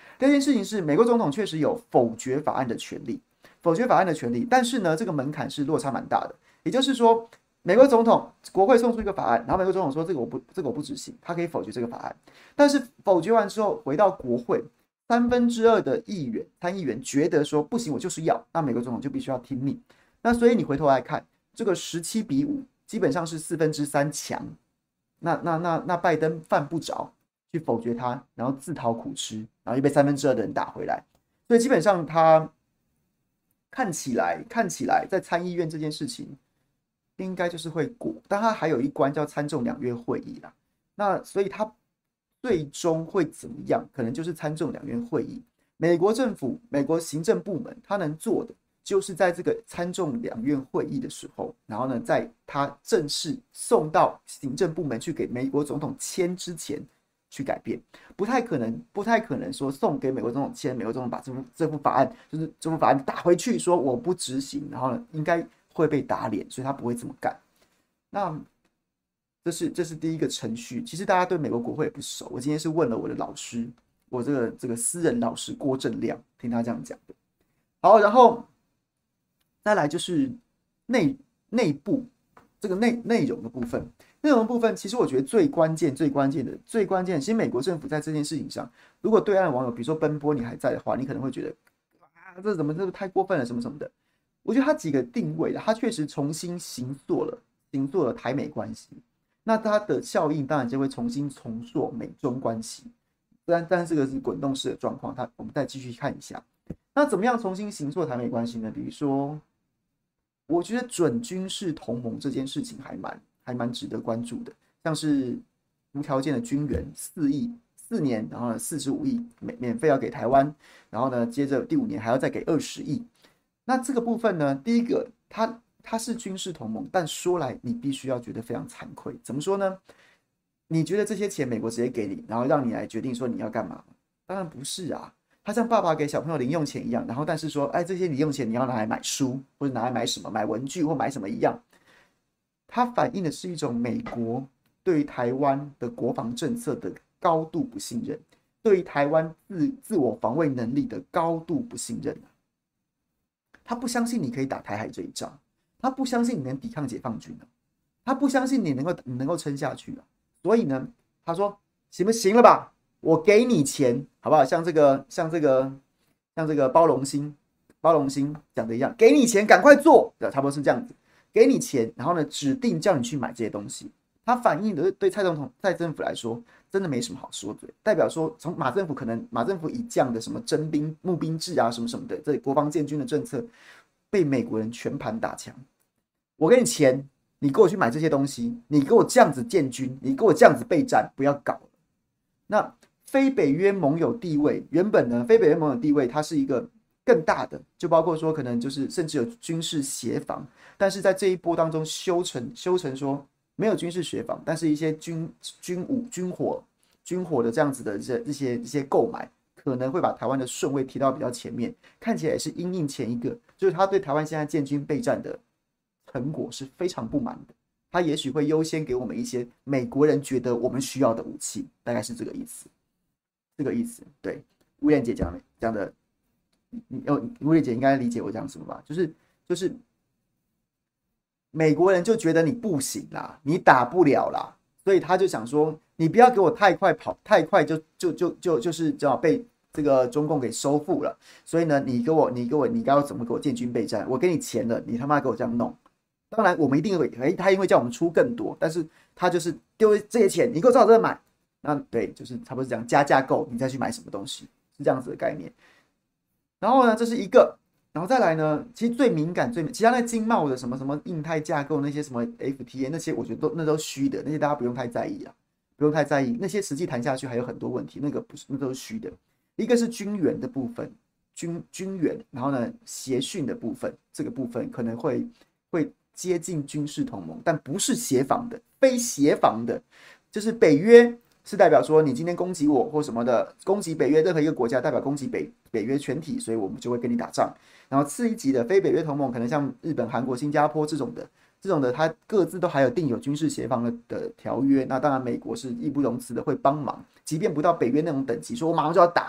第二件事情是，美国总统确实有否决法案的权利，否决法案的权利，但是呢，这个门槛是落差蛮大的。也就是说，美国总统国会送出一个法案，然后美国总统说这个我不执行，他可以否决这个法案，但是否决完之后回到国会。2/3的参议员觉得说不行，我就是要，那美国总统就必须要听命。那所以你回头来看，这个17-5，基本上是3/4强。那拜登犯不着去否决他，然后自讨苦吃，然后又被2/3的人打回来。所以基本上他看起来在参议院这件事情应该就是会过，但他还有一关叫参众两院会议啦。那所以他最终会怎么样？可能就是参众两院会议。美国政府、美国行政部门，他能做的就是在这个参众两院会议的时候，然后呢，在他正式送到行政部门去给美国总统签之前去改变，不太可能说送给美国总统签，美国总统把这部法案打回去，说我不执行，然后呢，应该会被打脸，所以他不会这么干。那这是第一个程序。其实大家对美国国会也不熟，我今天是问了我的老师，我这个私人老师郭正亮，听他这样讲的。好，然后再来就是内部这个内容的部分。内容的部分，其实我觉得最关键的，其实美国政府在这件事情上，如果对岸的网友，比如说奔波你还在的话，你可能会觉得啊，这太过分了，什么什么的。我觉得他几个定位的，他确实重新形塑了台美关系。那它的效应当然就会重新重塑美中关系，但是这个是滚动式的状况，我们再继续看一下。那怎么样重新形塑台美关系呢？比如说，我觉得准军事同盟这件事情还蛮值得关注的，像是无条件的军援4亿4年，然后呢45亿免费要给台湾，然后呢接着第5年还要再给20亿。那这个部分呢，第一个它是军事同盟，但说来你必须要觉得非常惭愧。怎么说呢？你觉得这些钱美国直接给你，然后让你来决定说你要干嘛？当然不是啊，他像爸爸给小朋友零用钱一样，然后但是说，哎，这些零用钱你要拿来买书，或者拿来买什么，买文具或买什么一样。它反映的是一种美国对于台湾的国防政策的高度不信任，对于台湾自我防卫能力的高度不信任。他不相信你可以打台海这一仗，他不相信你能抵抗解放军，他不相信你能够撑下去。所以呢，他说行不行了吧？我给你钱，好不好？像这个包容心讲的一样，给你钱，赶快做，差不多是这样子。给你钱，然后呢，指定叫你去买这些东西。他反映的对蔡政府来说，真的没什么好说的。代表说，从马政府以降的什么征兵募兵制啊，什么什么的，这国防建军的政策，被美国人全盘打枪。我给你钱，你给我去买这些东西，你给我这样子建军，你给我这样子备战，不要搞了。那非北约盟友地位，原本呢，非北约盟友地位它是一个更大的，就包括说可能就是甚至有军事协防，但是在这一波当中修成说没有军事协防，但是一些军武军火的这样子的这些购买，可能会把台湾的顺位提到比较前面，看起来也是因应前一个，就是他对台湾现在建军备战的成果是非常不满的，他也许会优先给我们一些美国人觉得我们需要的武器，大概是这个意思。对，吴燕姐讲的，吴燕姐应该理解我讲什么吧？就是美国人就觉得你不行啦，你打不了啦，所以他就想说，你不要给我太快跑，太快就是正好被这个中共给收复了。所以呢，你该要怎么给我建军备战？我给你钱了，你他妈给我这样弄。当然，我们一定会，他因为叫我们出更多，但是他就是丢这些钱，你给我照这买。那对，就是差不多是这样，加价购，你再去买什么东西，是这样子的概念。然后呢，这是一个。然后再来呢，其实最敏感其他那经贸的什么印太架构那些什么 FTA 那些，我觉得那都虚的，那些大家不用太在意啊，不用太在意。那些实际谈下去还有很多问题，那个不是，那都是虚的。一个是军援的部分，军援，然后呢协训的部分，这个部分可能会接近军事同盟，但不是协防的，非协防的，就是北约。是代表说你今天攻击我或什么的，攻击北约任何一个国家，代表攻击北约全体，所以我们就会跟你打仗。然后次一级的非北约同盟，可能像日本、韩国、新加坡这种的，它各自都还有定有军事协防的条约。那当然美国是义不容辞的会帮忙，即便不到北约那种等级，说我马上就要打，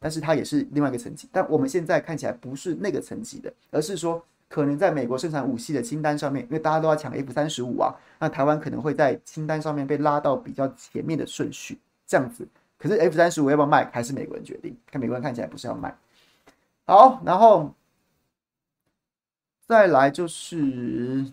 但是它也是另外一个层级。但我们现在看起来不是那个层级的，而是说可能在美国生产武器的清单上面，因为大家都要抢 F-35啊，那台湾可能会在清单上面被拉到比较前面的顺序，这样子。可是 F-35要不要卖，还是美国人决定。看美国人看起来不是要卖。好，然后再来就是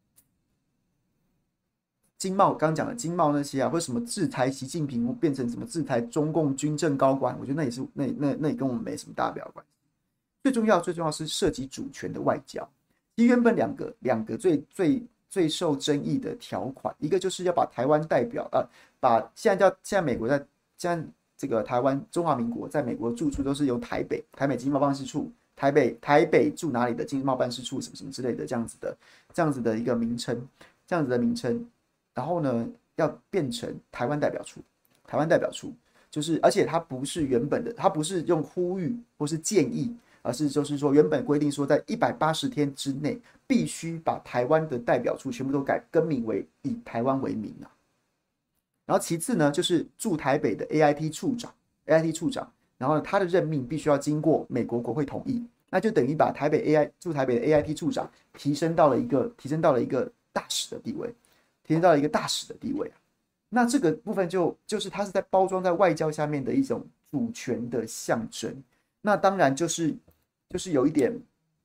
经贸，刚讲的经贸那些啊，或者什么制裁习近平变成什么制裁中共军政高官，我觉得那也是那也跟我们没什么大不了关系。最重要是涉及主权的外交。其实原本两个最受争议的条款，一个就是要把台湾代表把现在美国现在这个台湾中华民国在美国住处都是由台北经贸办事处。台北驻哪里的经贸办事处什么什么之类的这样子的一个名称，然后呢要变成台湾代表处，就是而且它不是原本的，它不是用呼吁或是建议，而是就是说原本规定说在180天之内必须把台湾的代表处全部都更名为以台湾为名啊。然后其次呢就是驻台北的 AIT 处长。然后他的任命必须要经过美国国会同意，那就等于把驻台北的 AIT 处长提升到了一个大使的地位，那这个部分就是他是在包装在外交下面的一种主权的象征。那当然就是有一点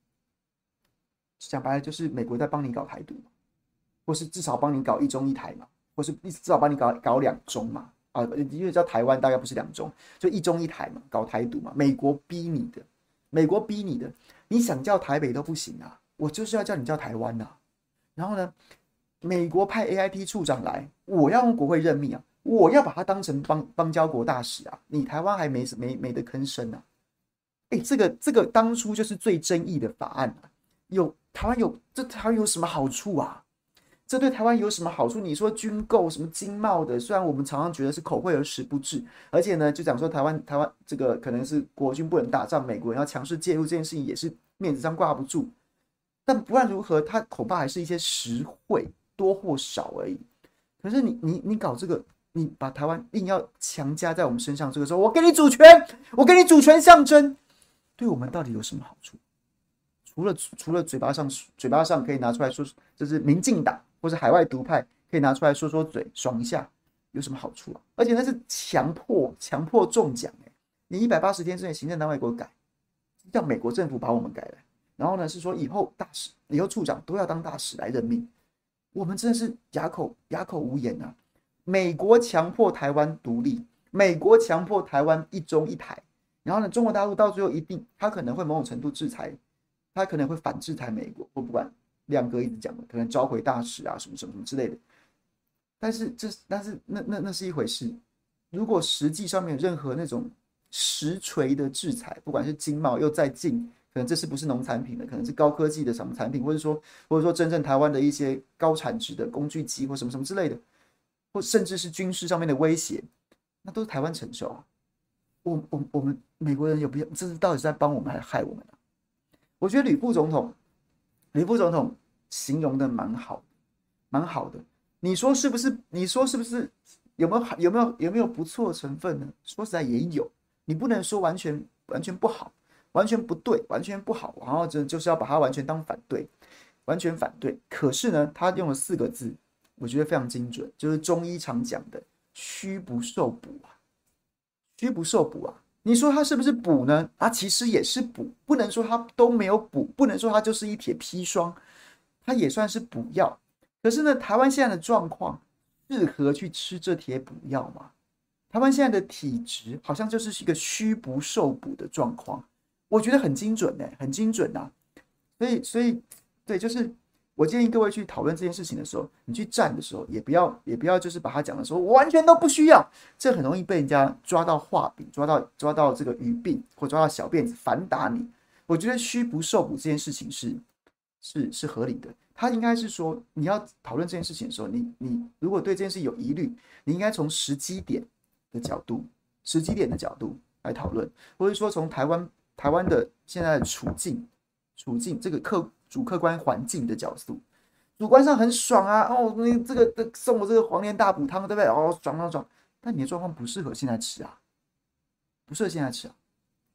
讲白了，就是美国在帮你搞台独，或是至少帮你搞一中一台嘛，或是至少帮你搞两中嘛。因为叫台湾大概不是两中，就一中一台嘛，搞台独嘛。美国逼你的，你想叫台北都不行啊，我就是要叫你叫台湾啊。然后呢，美国派 AIT 处长来，我要用国会任命啊，我要把他当成邦交国大使啊，你台湾还没得吭声啊。这个当初就是最争议的法案啊，台湾有什么好处啊？这对台湾有什么好处？你说军购什么经贸的，虽然我们常常觉得是口惠而实不至，而且呢，就讲说台湾这个可能是国军不能打仗，美国人要强势介入这件事情也是面子上挂不住。但不论如何，它恐怕还是一些实惠，多或少而已。可是你搞这个，你把台湾硬要强加在我们身上，这个时候我给你主权，我给你主权象征，对我们到底有什么好处？除了嘴巴上可以拿出来说，就是民进党或是海外独派可以拿出来说说嘴，爽一下，有什么好处啊？而且那是强迫中奖你180天之内行政单位给我改，叫美国政府把我们改来，然后呢是说以后处长都要当大使来任命，我们真的是哑口无言啊！美国强迫台湾独立，美国强迫台湾一中一台，然后呢中国大陆到最后一定他可能会某种程度制裁。他可能会反制裁美国，或不管亮哥一直讲的，可能召回大使啊，什么之类的。但是那是一回事。如果实际上面有任何那种实锤的制裁，不管是经贸又再进，可能这是不是农产品的，可能是高科技的什么产品，或者说真正台湾的一些高产值的工具机或什么之类的，或甚至是军事上面的威胁，那都是台湾承受啊。我们美国人有必要？这是到底是在帮我们还是害我们啊？我觉得吕副总统形容的蛮好的。你说是不是？有没有不错的成分呢？说实在也有，你不能说完全不好，完全不对，完全不好，然后就是要把它完全当反对，完全反对。可是呢，他用了4个字，我觉得非常精准，就是中医常讲的虚不受补啊，虚不受补啊。你说它是不是补呢？其实也是补，不能说它都没有补，不能说它就是一铁砒霜，它也算是补药。可是呢，台湾现在的状况适合去吃这铁补药吗？台湾现在的体质好像就是一个虚不受补的状况，我觉得很精准很精准啊。所以对，就是我建议各位去讨论这件事情的时候，你去站的时候，也不要就是把它讲的说我完全都不需要，这很容易被人家抓到画柄，抓到这个语病，或抓到小辫子反打你。我觉得虚不受补这件事情是合理的。他应该是说，你要讨论这件事情的时候，你如果对这件事有疑虑，你应该从时机点的角度来讨论，或者说从台湾的现在的处境这个主客观环境的角度，主观上很爽啊，你这个送我这个黄连大补汤，对不对？爽，但你的状况不适合现在吃啊，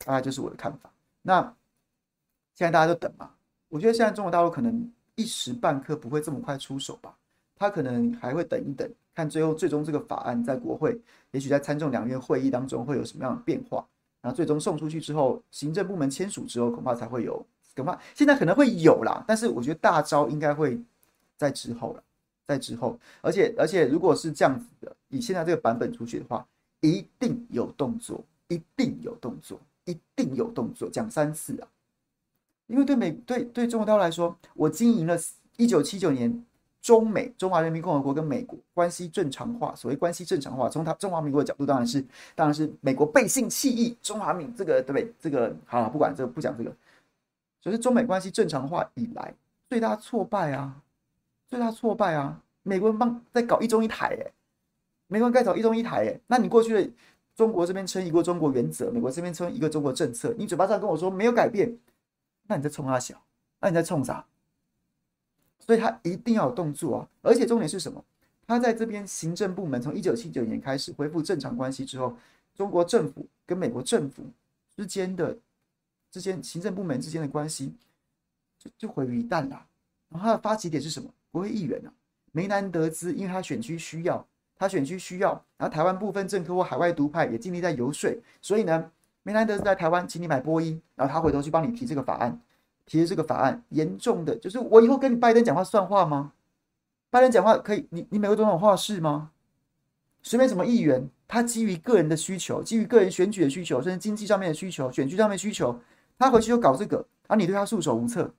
大概就是我的看法。那现在大家就等嘛，我觉得现在中国大陆可能一时半刻不会这么快出手吧，他可能还会等一等，看最终这个法案在国会，也许在参众两院会议当中会有什么样的变化，然后最终送出去之后，行政部门签署之后，恐怕才会有，恐怕现在可能会有啦，但是我觉得大招应该会在之后了，在之后，而且如果是这样子的，以现在这个版本出去的话，一定有动作，一定有动作，一定有动作，讲3次啊！因为对中国大陆来说，我经营了1979年中华人民共和国跟美国关系正常化。所谓关系正常化，从中华民国的角度，当然是美国背信弃义，中华民这个对不对？这个好了，不管这个不讲这个，就是中美关系正常化以来最大挫败啊，最大挫败啊！美国人在搞一中一台美国人在搞一中一台那你过去的中国这边称一个中国原则，美国这边称一个中国政策，你嘴巴上跟我说没有改变。那你在冲他小，那你在冲啥？所以他一定要有动作啊！而且重点是什么？他在这边行政部门从1979年开始恢复正常关系之后，中国政府跟美国政府之间行政部门之间的关系就毁于一旦了。然后他的发起点是什么？国会议员啊，梅南德兹，因为他选区需要，然后台湾部分政客或海外独派也尽力在游说，所以呢。梅南德斯在台湾，请你买波音，然后他回头去帮你提这个法案，提的这个法案严重的就是我以后跟你拜登讲话算话吗？拜登讲话可以，你美国总统话事吗？随便什么议员，他基于个人的需求，基于个人选举的需求，甚至经济上面的需求、选区上面的需求，他回去就搞这个，你对他束手无策，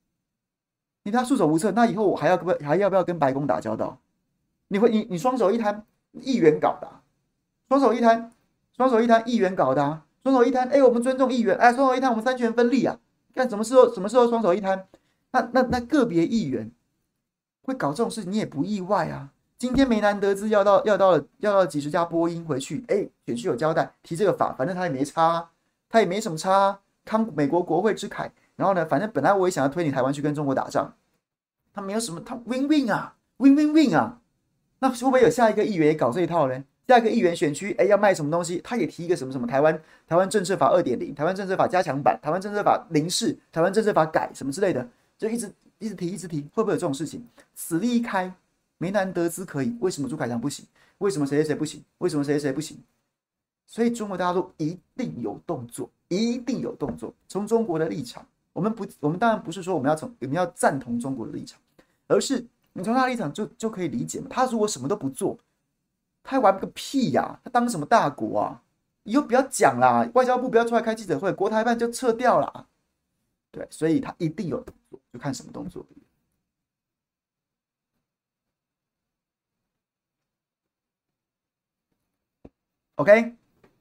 那以后我还要不要跟白宫打交道？你双手一摊，议员搞的双手一摊，议员搞的双手一摊，我们尊重议员，双手一摊，我们三权分立啊！看什么时候双手一摊？那个别议员会搞这种事，你也不意外啊。今天梅南德兹要到几十架波音回去，选区有交代提这个法，反正他也没差，他也没什么差，美国国会之凯。然后呢，反正本来我也想要推你台湾去跟中国打仗，他没有什么，他 win win 啊 ，win win win 啊。那会不会有下一个议员也搞这一套呢？下一个议员选区，要卖什么东西，他也提一个什么台湾政策法2.0，台湾政策法加强版，台湾政策法零式，台湾政策法改什么之类的，就一直提，会不会有这种事情？此例一开，梅南德兹可以，为什么朱凯翔不行？为什么谁不行？为什么谁不行？所以中国大陆一定有动作，一定有动作。从中国的立场，我们当然不是说我们要赞同中国的立场，而是你从他的立场就可以理解嘛。他如果什么都不做，他还玩个屁呀！他当什么大国啊？以后不要讲啦，外交部不要出来开记者会，国台办就撤掉啦。对，所以他一定有动作，就看什么动作。OK，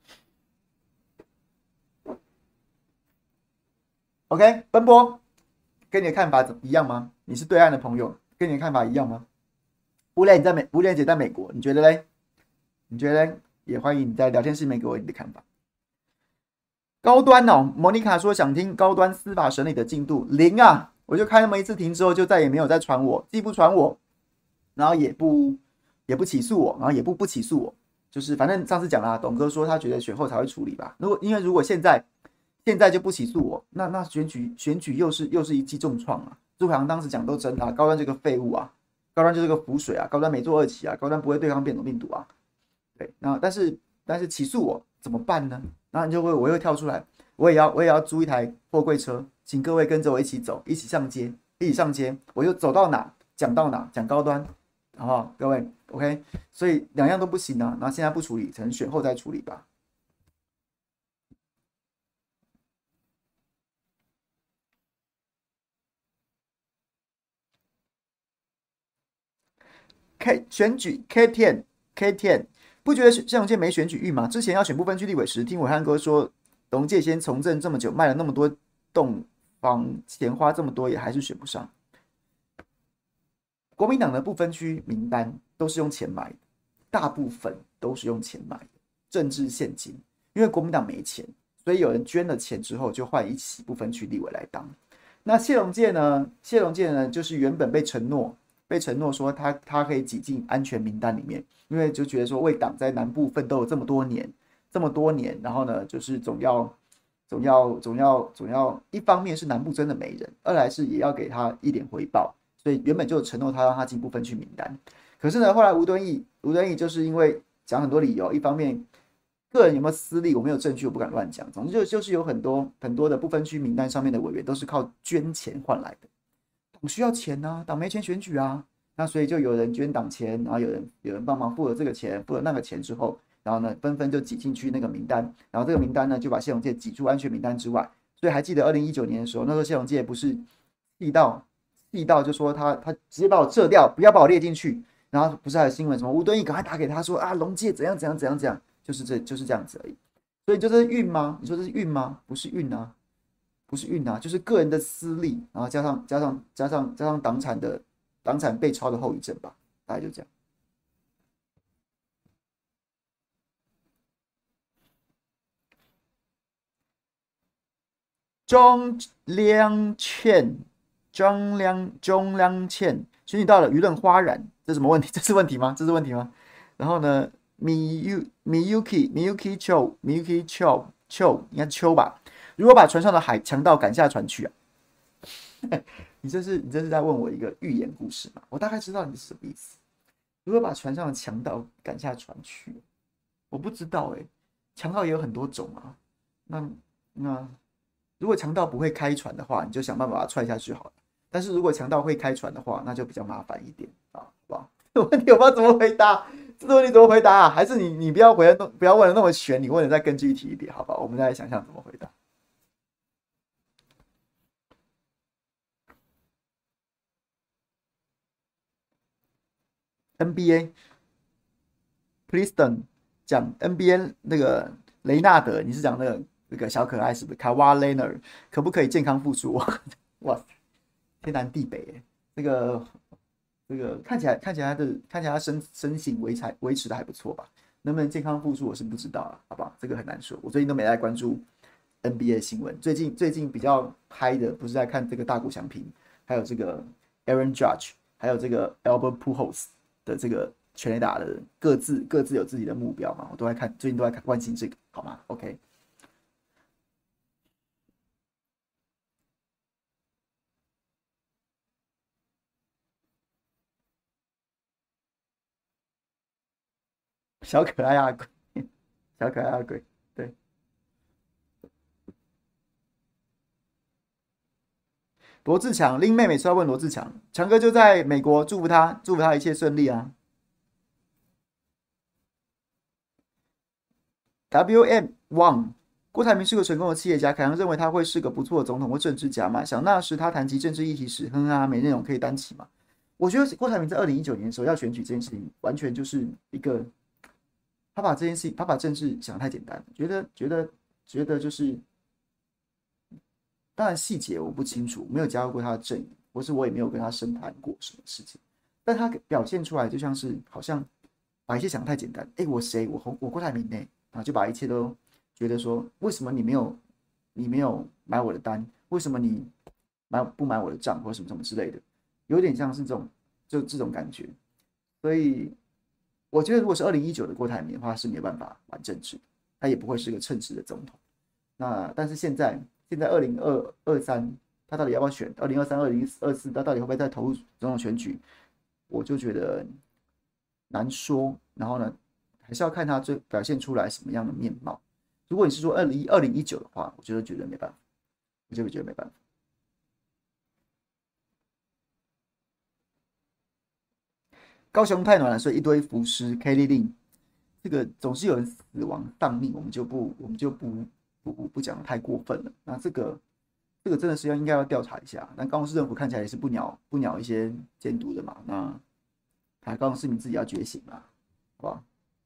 奔波，跟你的看法一样吗？你是对岸的朋友，跟你的看法一样吗？乌莲姐在美国，你觉得嘞？也欢迎你在聊天室里面给我你的看法。高端哦，莫妮卡说想听高端司法审理的进度0啊，我就开那么一次庭之后，就再也没有再传我，既不传我，然后也不起诉我，然后也不起诉我，就是反正上次讲啦，董哥说他觉得选后才会处理吧。因为如果现在就不起诉我，那选举又是一记重创啊。朱凯翔当时讲都真啊，高端这个废物啊，高端就是个浮水啊，高端没做2期啊，高端不会对抗变种病毒啊。对，那但是起诉我怎么办呢？然后我又跳出来，我也要租一台货柜车，请各位跟着我一起走，一起上街，我就走到哪讲到哪，讲高端，好不好？各位 ，OK， 所以2样都不行啊，然后现在不处理，可能选后再处理吧。选举 K10，不觉得谢龙介没选举欲吗？之前要选不分区立委时，听伟汉哥说，龙介先从政这么久，卖了那么多栋房，钱花这么多，也还是选不上。国民党的不分区名单都是用钱买的，大部分都是用钱买的，政治现金。因为国民党没钱，所以有人捐了钱之后，就换一起不分区立委来当。那谢龙介呢？就是原本被承诺说他可以挤进安全名单里面，因为就觉得说为党在南部奋斗了这么多年，然后呢，就是总要总要，一方面是南部真的没人，二来是也要给他一点回报，所以原本就承诺他让他进不分区名单。可是呢，后来吴敦义就是因为讲很多理由，一方面个人有没有私利，我没有证据，我不敢乱讲。总之就是有很多的不分区名单上面的委员都是靠捐钱换来的，党需要钱啊，党没钱选举啊，那所以就有人捐党钱，然后有人帮忙付了这个钱，付了那个钱之后，然后呢纷纷就挤进去那个名单，然后这个名单呢就把谢龙介挤出安全名单之外。所以还记得2019年的时候，那时候谢龙介不是气到就说他直接把我撤掉，不要把我列进去。然后不是还有新闻什么吴敦义赶快打给他说啊龙介怎样怎样怎样怎样，就是这样子而已。所以就是运吗？你说这是运吗？不是运啊，不是运啊，就是个人的私利，然后加上党产被抄的后遗症吧，大概就这样。钟良倩，选举到了，舆论哗然，这是什么问题？这是问题吗？这是问题吗？然后呢，Miyuki Cho，应该秋吧？如果把船上的强盗赶下船去啊？你这是在问我一个寓言故事嘛？我大概知道你是什么意思。如果把船上的强盗赶下船去，我不知道强盗也有很多种啊。那如果强盗不会开船的话，你就想办法把他踹下去好了。但是如果强盗会开船的话，那就比较麻烦一点啊，好不好？这个问题我不知道怎么回答，这个问题怎么回答啊？还是你不要问的那么悬，你问的再更具体一点，好不好？我们再来想想怎么回答。NBA Princeton 讲 NBA 那个雷纳德，你是讲那个小可爱是不是？卡瓦雷纳可不可以健康复苏？哇塞，天南地北这个看起来他身形维持的还不错吧？能不能健康复苏我是不知道了，好不好？这个很难说。我最近都没在关注 NBA 新闻，最近比较嗨的不是在看这个大谷翔平，还有这个 Aaron Judge，还有这个 Albert Pujols 的这个全垒打的各自有自己的目标嘛，我都在看，最近都在关心这个，好吗？OK。小可爱阿贵，小可爱阿贵，对。罗志强，林妹每次要问罗志强，强哥就在美国，祝福他一切顺利啊。WM Wang，郭台铭是个成功的企业家，凯阳认为他会是个不错的总统或政治家嘛？想那时他谈及政治议题时，哼啊，没内容可以单起嘛？我觉得郭台铭在2019年的时候要选举这件事情，完全就是一个他把这件事情，他把政治想得太简单了，觉得就是，当然细节我不清楚，没有加入过他的阵营，或是我也没有跟他深谈过什么事情，但他表现出来就像是好像把一切想得太简单，我谁我郭台铭呢，然后就把一切都觉得说，为什么你没有买我的单，为什么你不买我的账或什么什么之类的，有点像是这种感觉，所以我觉得如果是2019的郭台铭的话，是没有办法玩政治，他也不会是个称职的总统。那但是现在2023，他到底要不要选？2023、2024，他到底会不会再投入总统选举？我就觉得难说。然后呢，还是要看他最表现出来什么样的面貌。如果你是说2019的话，我觉得没办法，我就觉得没办法。高雄太暖了，所以一堆浮尸。Kelly Lin，这个总是有人死亡丧命，我们就不讲得太过分了。那这个真的是应该要调查一下。那高雄市政府看起来也是不鸟一些监督的嘛。那高雄市民自己要觉醒嘛，好不好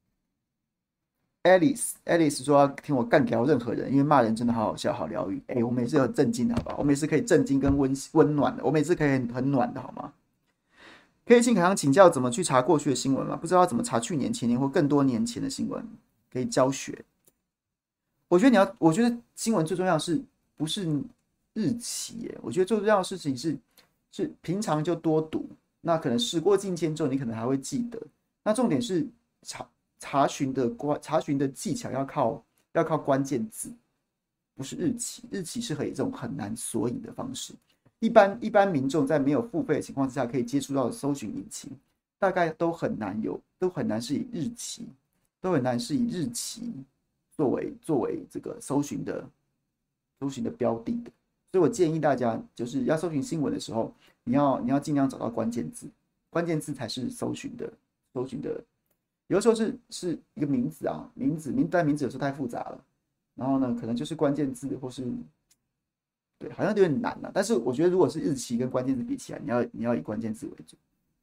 ？Alice 说要听我干掉任何人，因为骂人真的好好笑，好疗愈。我每次很震惊的，好不好？我每次可以震惊跟温暖的，我每次可以很暖的，好吗？可以请凯航请教怎么去查过去的新闻吗？不知道怎么查去年、前年或更多年前的新闻，可以教学。我觉得新闻最重要的是不是日期耶？我觉得最重要的事情是平常就多读，那可能时过境迁之后，你可能还会记得。那重点是查询的技巧要靠关键字， 不是日期，日期是可以这种很难索引的方式。一般民众在没有付费的情况之下，可以接触到的搜寻引擎，大概都很难是以日期，作为这个搜寻的标的的。所以我建议大家，就是要搜寻新闻的时候，你要尽量找到关键字，关键字才是搜寻的。有的时候是一个名字啊，但名字有时候太复杂了，然后呢，可能就是关键字或是对，好像有点难啊。但是我觉得，如果是日期跟关键字比起来，你要以关键字为主。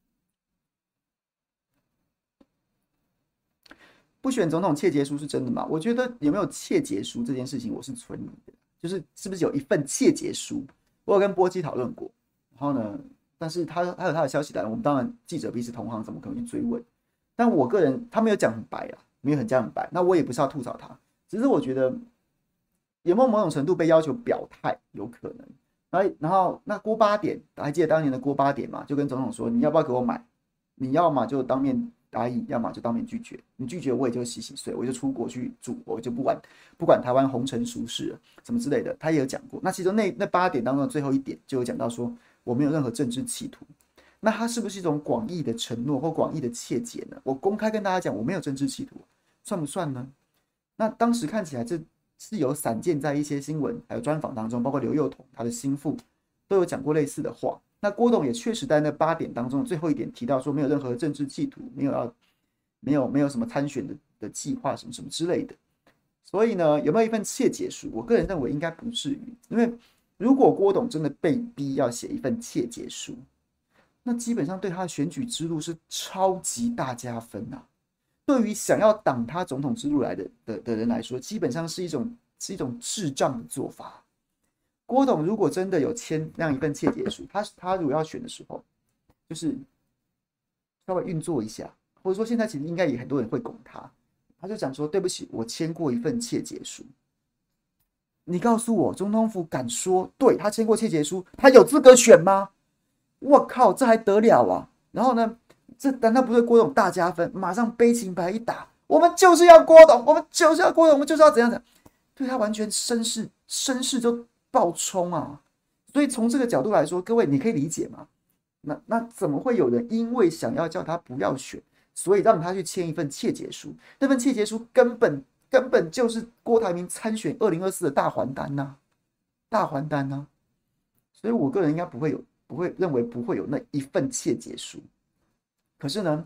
不选总统切结书是真的吗？我觉得有没有切结书这件事情，我是存疑的。就是是不是有一份切结书？我有跟波基讨论过，然后呢，但是他有他的消息来，我们当然记者彼此同行，怎么可能去追问？但我个人他没有讲很白啊，没有很讲很白。那我也不是要吐槽他，只是我觉得有没有某种程度被要求表态，有可能。然后那郭八点，还记得当年的郭八点嘛？就跟总统说，你要不要给我买？你要嘛就当面答应，要么就当面拒绝。你拒绝我也就洗洗睡，我就出国去住，我就不管台湾红尘俗事了什么之类的。他也有讲过。那其中那8点当中的最后一点就有讲到说，我没有任何政治企图。那它是不是一种广义的承诺或广义的切结呢？我公开跟大家讲，我没有政治企图，算不算呢？那当时看起来这是有散见在一些新闻还有专访当中，包括刘宥彤他的心腹都有讲过类似的话。那郭董也确实在那8点当中最后一点提到说，没有任何政治企图，没有什么参选的计划什么什么之类的。所以呢，有没有一份切结书？我个人认为应该不至于，因为如果郭董真的被逼要写一份切结书，那基本上对他的选举之路是超级大加分啊！对于想要挡他总统之路来的人来说，基本上是一种智障的做法。郭董如果真的有签那样一份切结书，他如果要选的时候，就是稍微运作一下，或者说现在其实应该也很多人会拱他，他就讲说：“对不起，我签过一份切结书。”你告诉我，总统府敢说对他签过切结书，他有资格选吗？我靠，这还得了啊！然后呢，这难道不对郭董大加分？马上悲情牌一打，我们就是要郭董，我们就是要郭董，我们就是要怎样的？对他完全声势就爆冲啊！所以从这个角度来说，各位你可以理解吗？那怎么会有人因为想要叫他不要选，所以让他去签一份切结书？那份切结书根本就是郭台铭参选2024的大还单呐、大还单呐、所以我个人应该不会认为不会有那一份切结书。可是呢，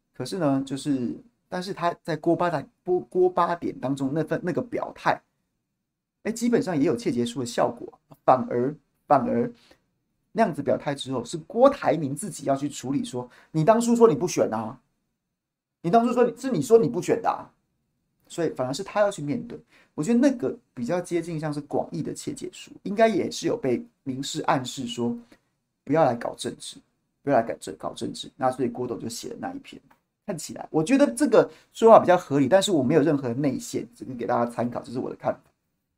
但是他在郭八点当中那个表态，基本上也有切结书的效果，反而那样子表态之后，是郭台铭自己要去处理说，你当初说你不选啊，你当初说你说你不选的啊，所以反而是他要去面对。我觉得那个比较接近像是广义的切结书，应该也是有被明示暗示说不要来搞政治，不要来搞政治。那所以郭董就写了那一篇。看起来，我觉得这个说法比较合理，但是我没有任何内线，只是给大家参考，这是我的看法。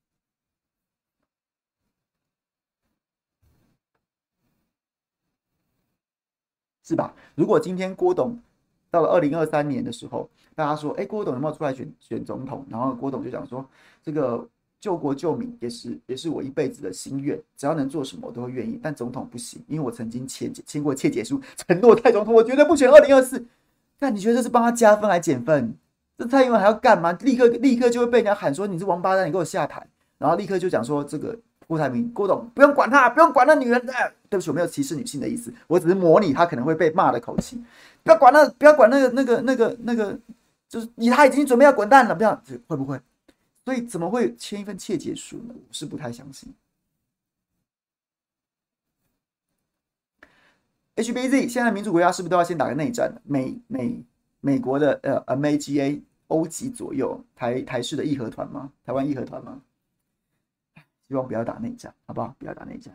是吧？如果今天郭董到了2023年的时候，大家说，郭董有没有出来选总统？然后郭董就讲说，这个救国救民也是我一辈子的心愿，只要能做什么我都会愿意。但总统不行，因为我曾经签过切结书，承诺蔡总统我绝对不选2024。那你觉得这是帮他加分还减分？这蔡英文还要干嘛？立刻就会被人家喊说你是王八蛋，你给我下台。然后立刻就讲说这个郭台铭郭董不用管他，不用管那女人。对不起，我没有歧视女性的意思，我只是模拟他可能会被骂的口气。不要管那个，就是他已经准备要滚蛋了，不要会不会？所以怎么会签一份切结书呢？我是不太相信。HBZ 现在民主国家是不是都要先打个内战？美国的MAGA 欧级左右台式的义和团吗？台湾义和团吗？希望不要打内战，好不好？不要打内战。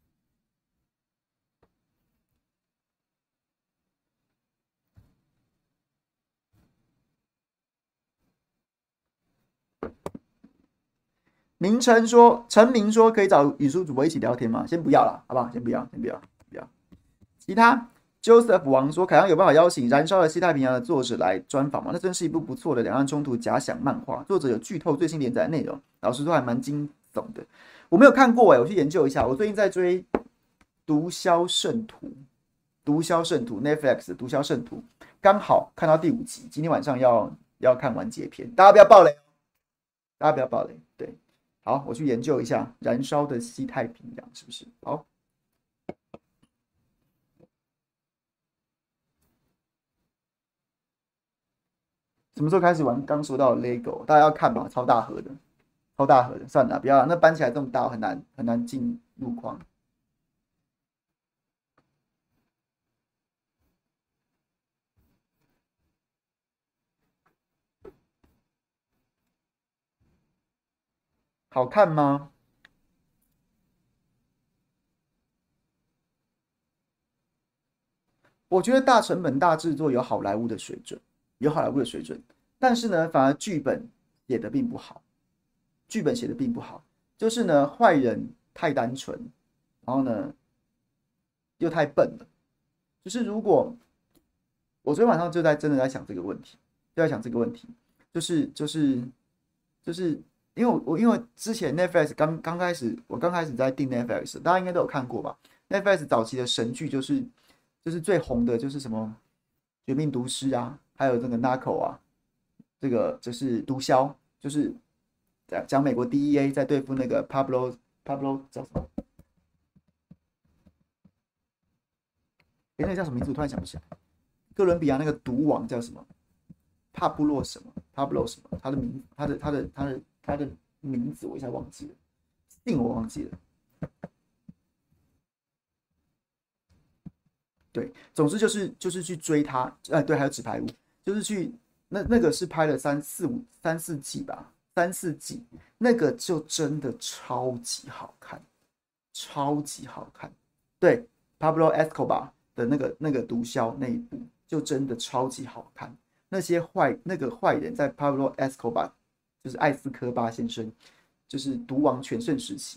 陈明说可以找语书主播一起聊天吗？先不要了，好不好？先不要。其他 Joseph 王说，凯阳有办法邀请《燃烧了西太平洋》的作者来专访吗？那真是一部不错的两岸冲突假想漫画，作者有剧透最新连载内容，老实说还蛮精悚的。我没有看过我去研究一下。我最近在追《毒枭圣徒》，《毒枭圣徒》Netflix 的《毒枭圣徒》，刚好看到第5集，今天晚上要看完结篇。大家不要爆雷，大家不要爆雷。对，好，我去研究一下《燃烧的西太平洋》是不是好。什么时候开始玩？刚说到 LEGO， 大家要看吧，超大盒的，超大盒的，算了，不要了，那搬起来这么大，很难进入框。好看吗？我觉得大成本大制作有好莱坞的水准，有好莱坞的水准，但是呢，反而剧本写的并不好，剧本写的并不好，就是呢，坏人太单纯，然后呢又太笨了。就是如果我昨天晚上就真的在想这个问题，就在想这个问题，就是因为之前 Netflix 刚开始，我刚开始在订 Netflix，大家应该都有看过吧？Netflix 早期的神剧就是最红的就是什么《绝命毒师》啊，还有这个 Narco 啊，这个就是毒枭，就是讲美国 DEA 在对付那个 Pablo 叫什么？那个叫什么名字？我突然想不起来。哥伦比亚那个毒王叫什么？帕布洛什么？帕布洛什么？他的名字我一下忘记了，姓我忘记了。对，总之就是去追他，对，还有纸牌屋，就是去那个是拍了三四季吧，三四季，那个就真的超级好看，超级好看。对，Pablo Escobar 的那个毒枭那一部，就真的超级好看。那个坏人在 Pablo Escobar，就是艾斯科巴先生，就是毒王全盛时期，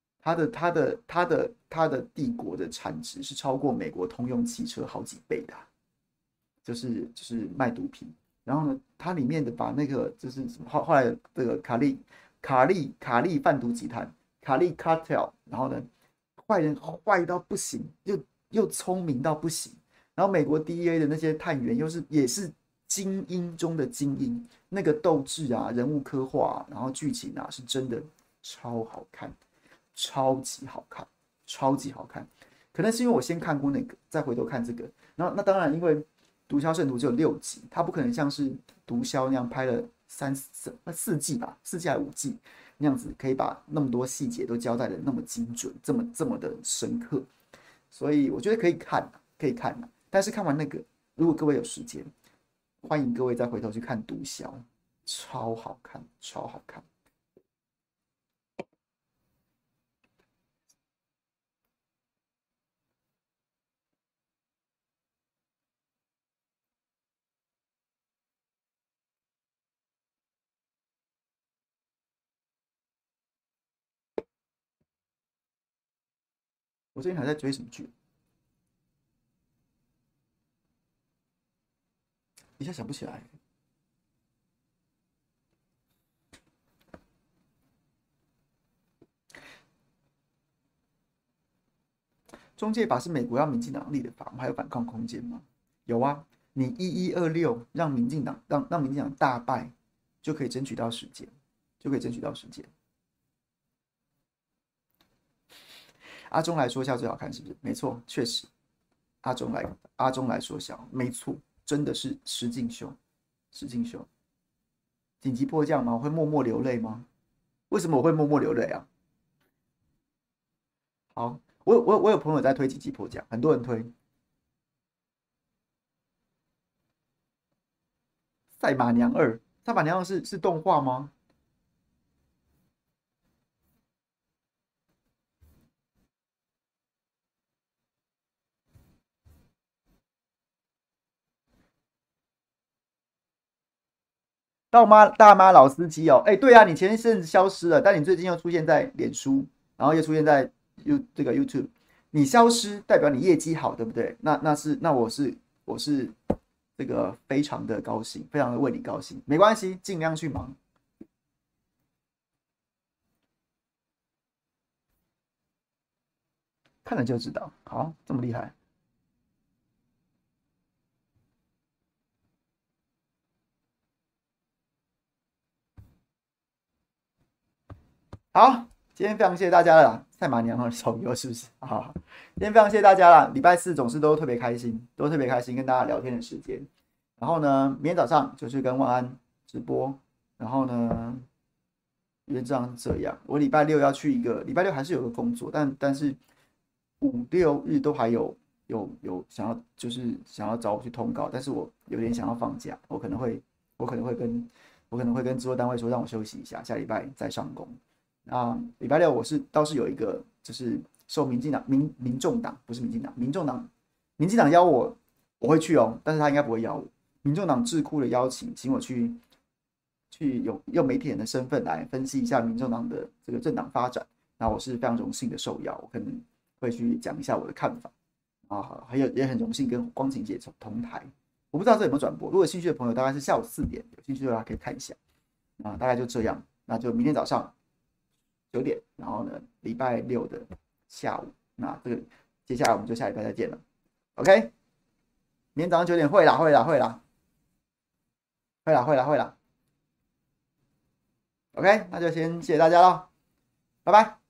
他的帝国的产值是超过美国通用汽车好几倍的啊，就是卖毒品。然后呢，它里面的把那个就是后来这个卡利贩毒集团卡利 cartel，然后呢，坏人坏到不行，又聪明到不行。然后美国 DEA 的那些探员也是精英中的精英，那个斗志啊、人物刻画啊，然后剧情啊，是真的超好看，超级好看，超级好看。可能是因为我先看过那个，再回头看这个。然后那当然，因为《毒枭圣徒》只有6集，它不可能像是《毒枭》那样拍了4季吧，4季还5季那样子，可以把那么多细节都交代的那么精准，这么的深刻。所以我觉得可以看，可以看。但是看完那个，如果各位有时间，欢迎各位再回头去看《毒枭》，超好看，超好看。我最近还在追什么剧？一下想不起来。中介法是美国要民进党立的法，还有反抗空间吗？有啊，你1126让民进党让民进党大败，就可以争取到时间，就可以争取到时间。阿中来说笑最好看，是不是？没错，确实。阿中来说笑，没错，真的是石进秀，石进秀。紧急迫降吗？我会默默流泪吗？为什么我会默默流泪啊？好，我有朋友在推紧急迫降，很多人推赛马娘2，赛马娘2是动画吗？大妈老司机哦，哎，对啊，你前一阵子消失了，但你最近又出现在脸书，然后又出现在这个 YouTube，你消失代表你业绩好，对不对？那我是这个非常的高兴，非常的为你高兴，没关系，尽量去忙。 看了就知道。好，这么厉害。好，今天非常谢谢大家了啦。赛马娘的手游是不是？好，今天非常谢谢大家啦。礼拜四总是都特别开心，都特别开心跟大家聊天的时间。然后呢，明天早上就是跟万安直播。然后呢，原则上是这样。我礼拜六要去一个，礼拜六还是有个工作，但是五六日都还有想要就是想要找我去通告，但是我有点想要放假，我可能会跟制作单位说让我休息一下，下礼拜再上工。啊，礼拜六我倒是有一个，就是受民进党、民众党不是民进党，民进党邀我，我会去哦，但是他应该不会邀我。民众党智库的邀请我去用媒体人的身份来分析一下民众党的这个政党发展。那我是非常荣幸的受邀，我可能会去讲一下我的看法啊，也很荣幸跟光晴姐同台。我不知道这有没有转播，如果有兴趣的朋友，大概是下午4点，有兴趣的话可以看一下啊，大概就这样。那就明天早上9点，然后呢，礼拜六的下午，那这个接下来我们就下礼拜再见了。OK，明天早上9点会啦。OK，那就先谢谢大家了，拜拜。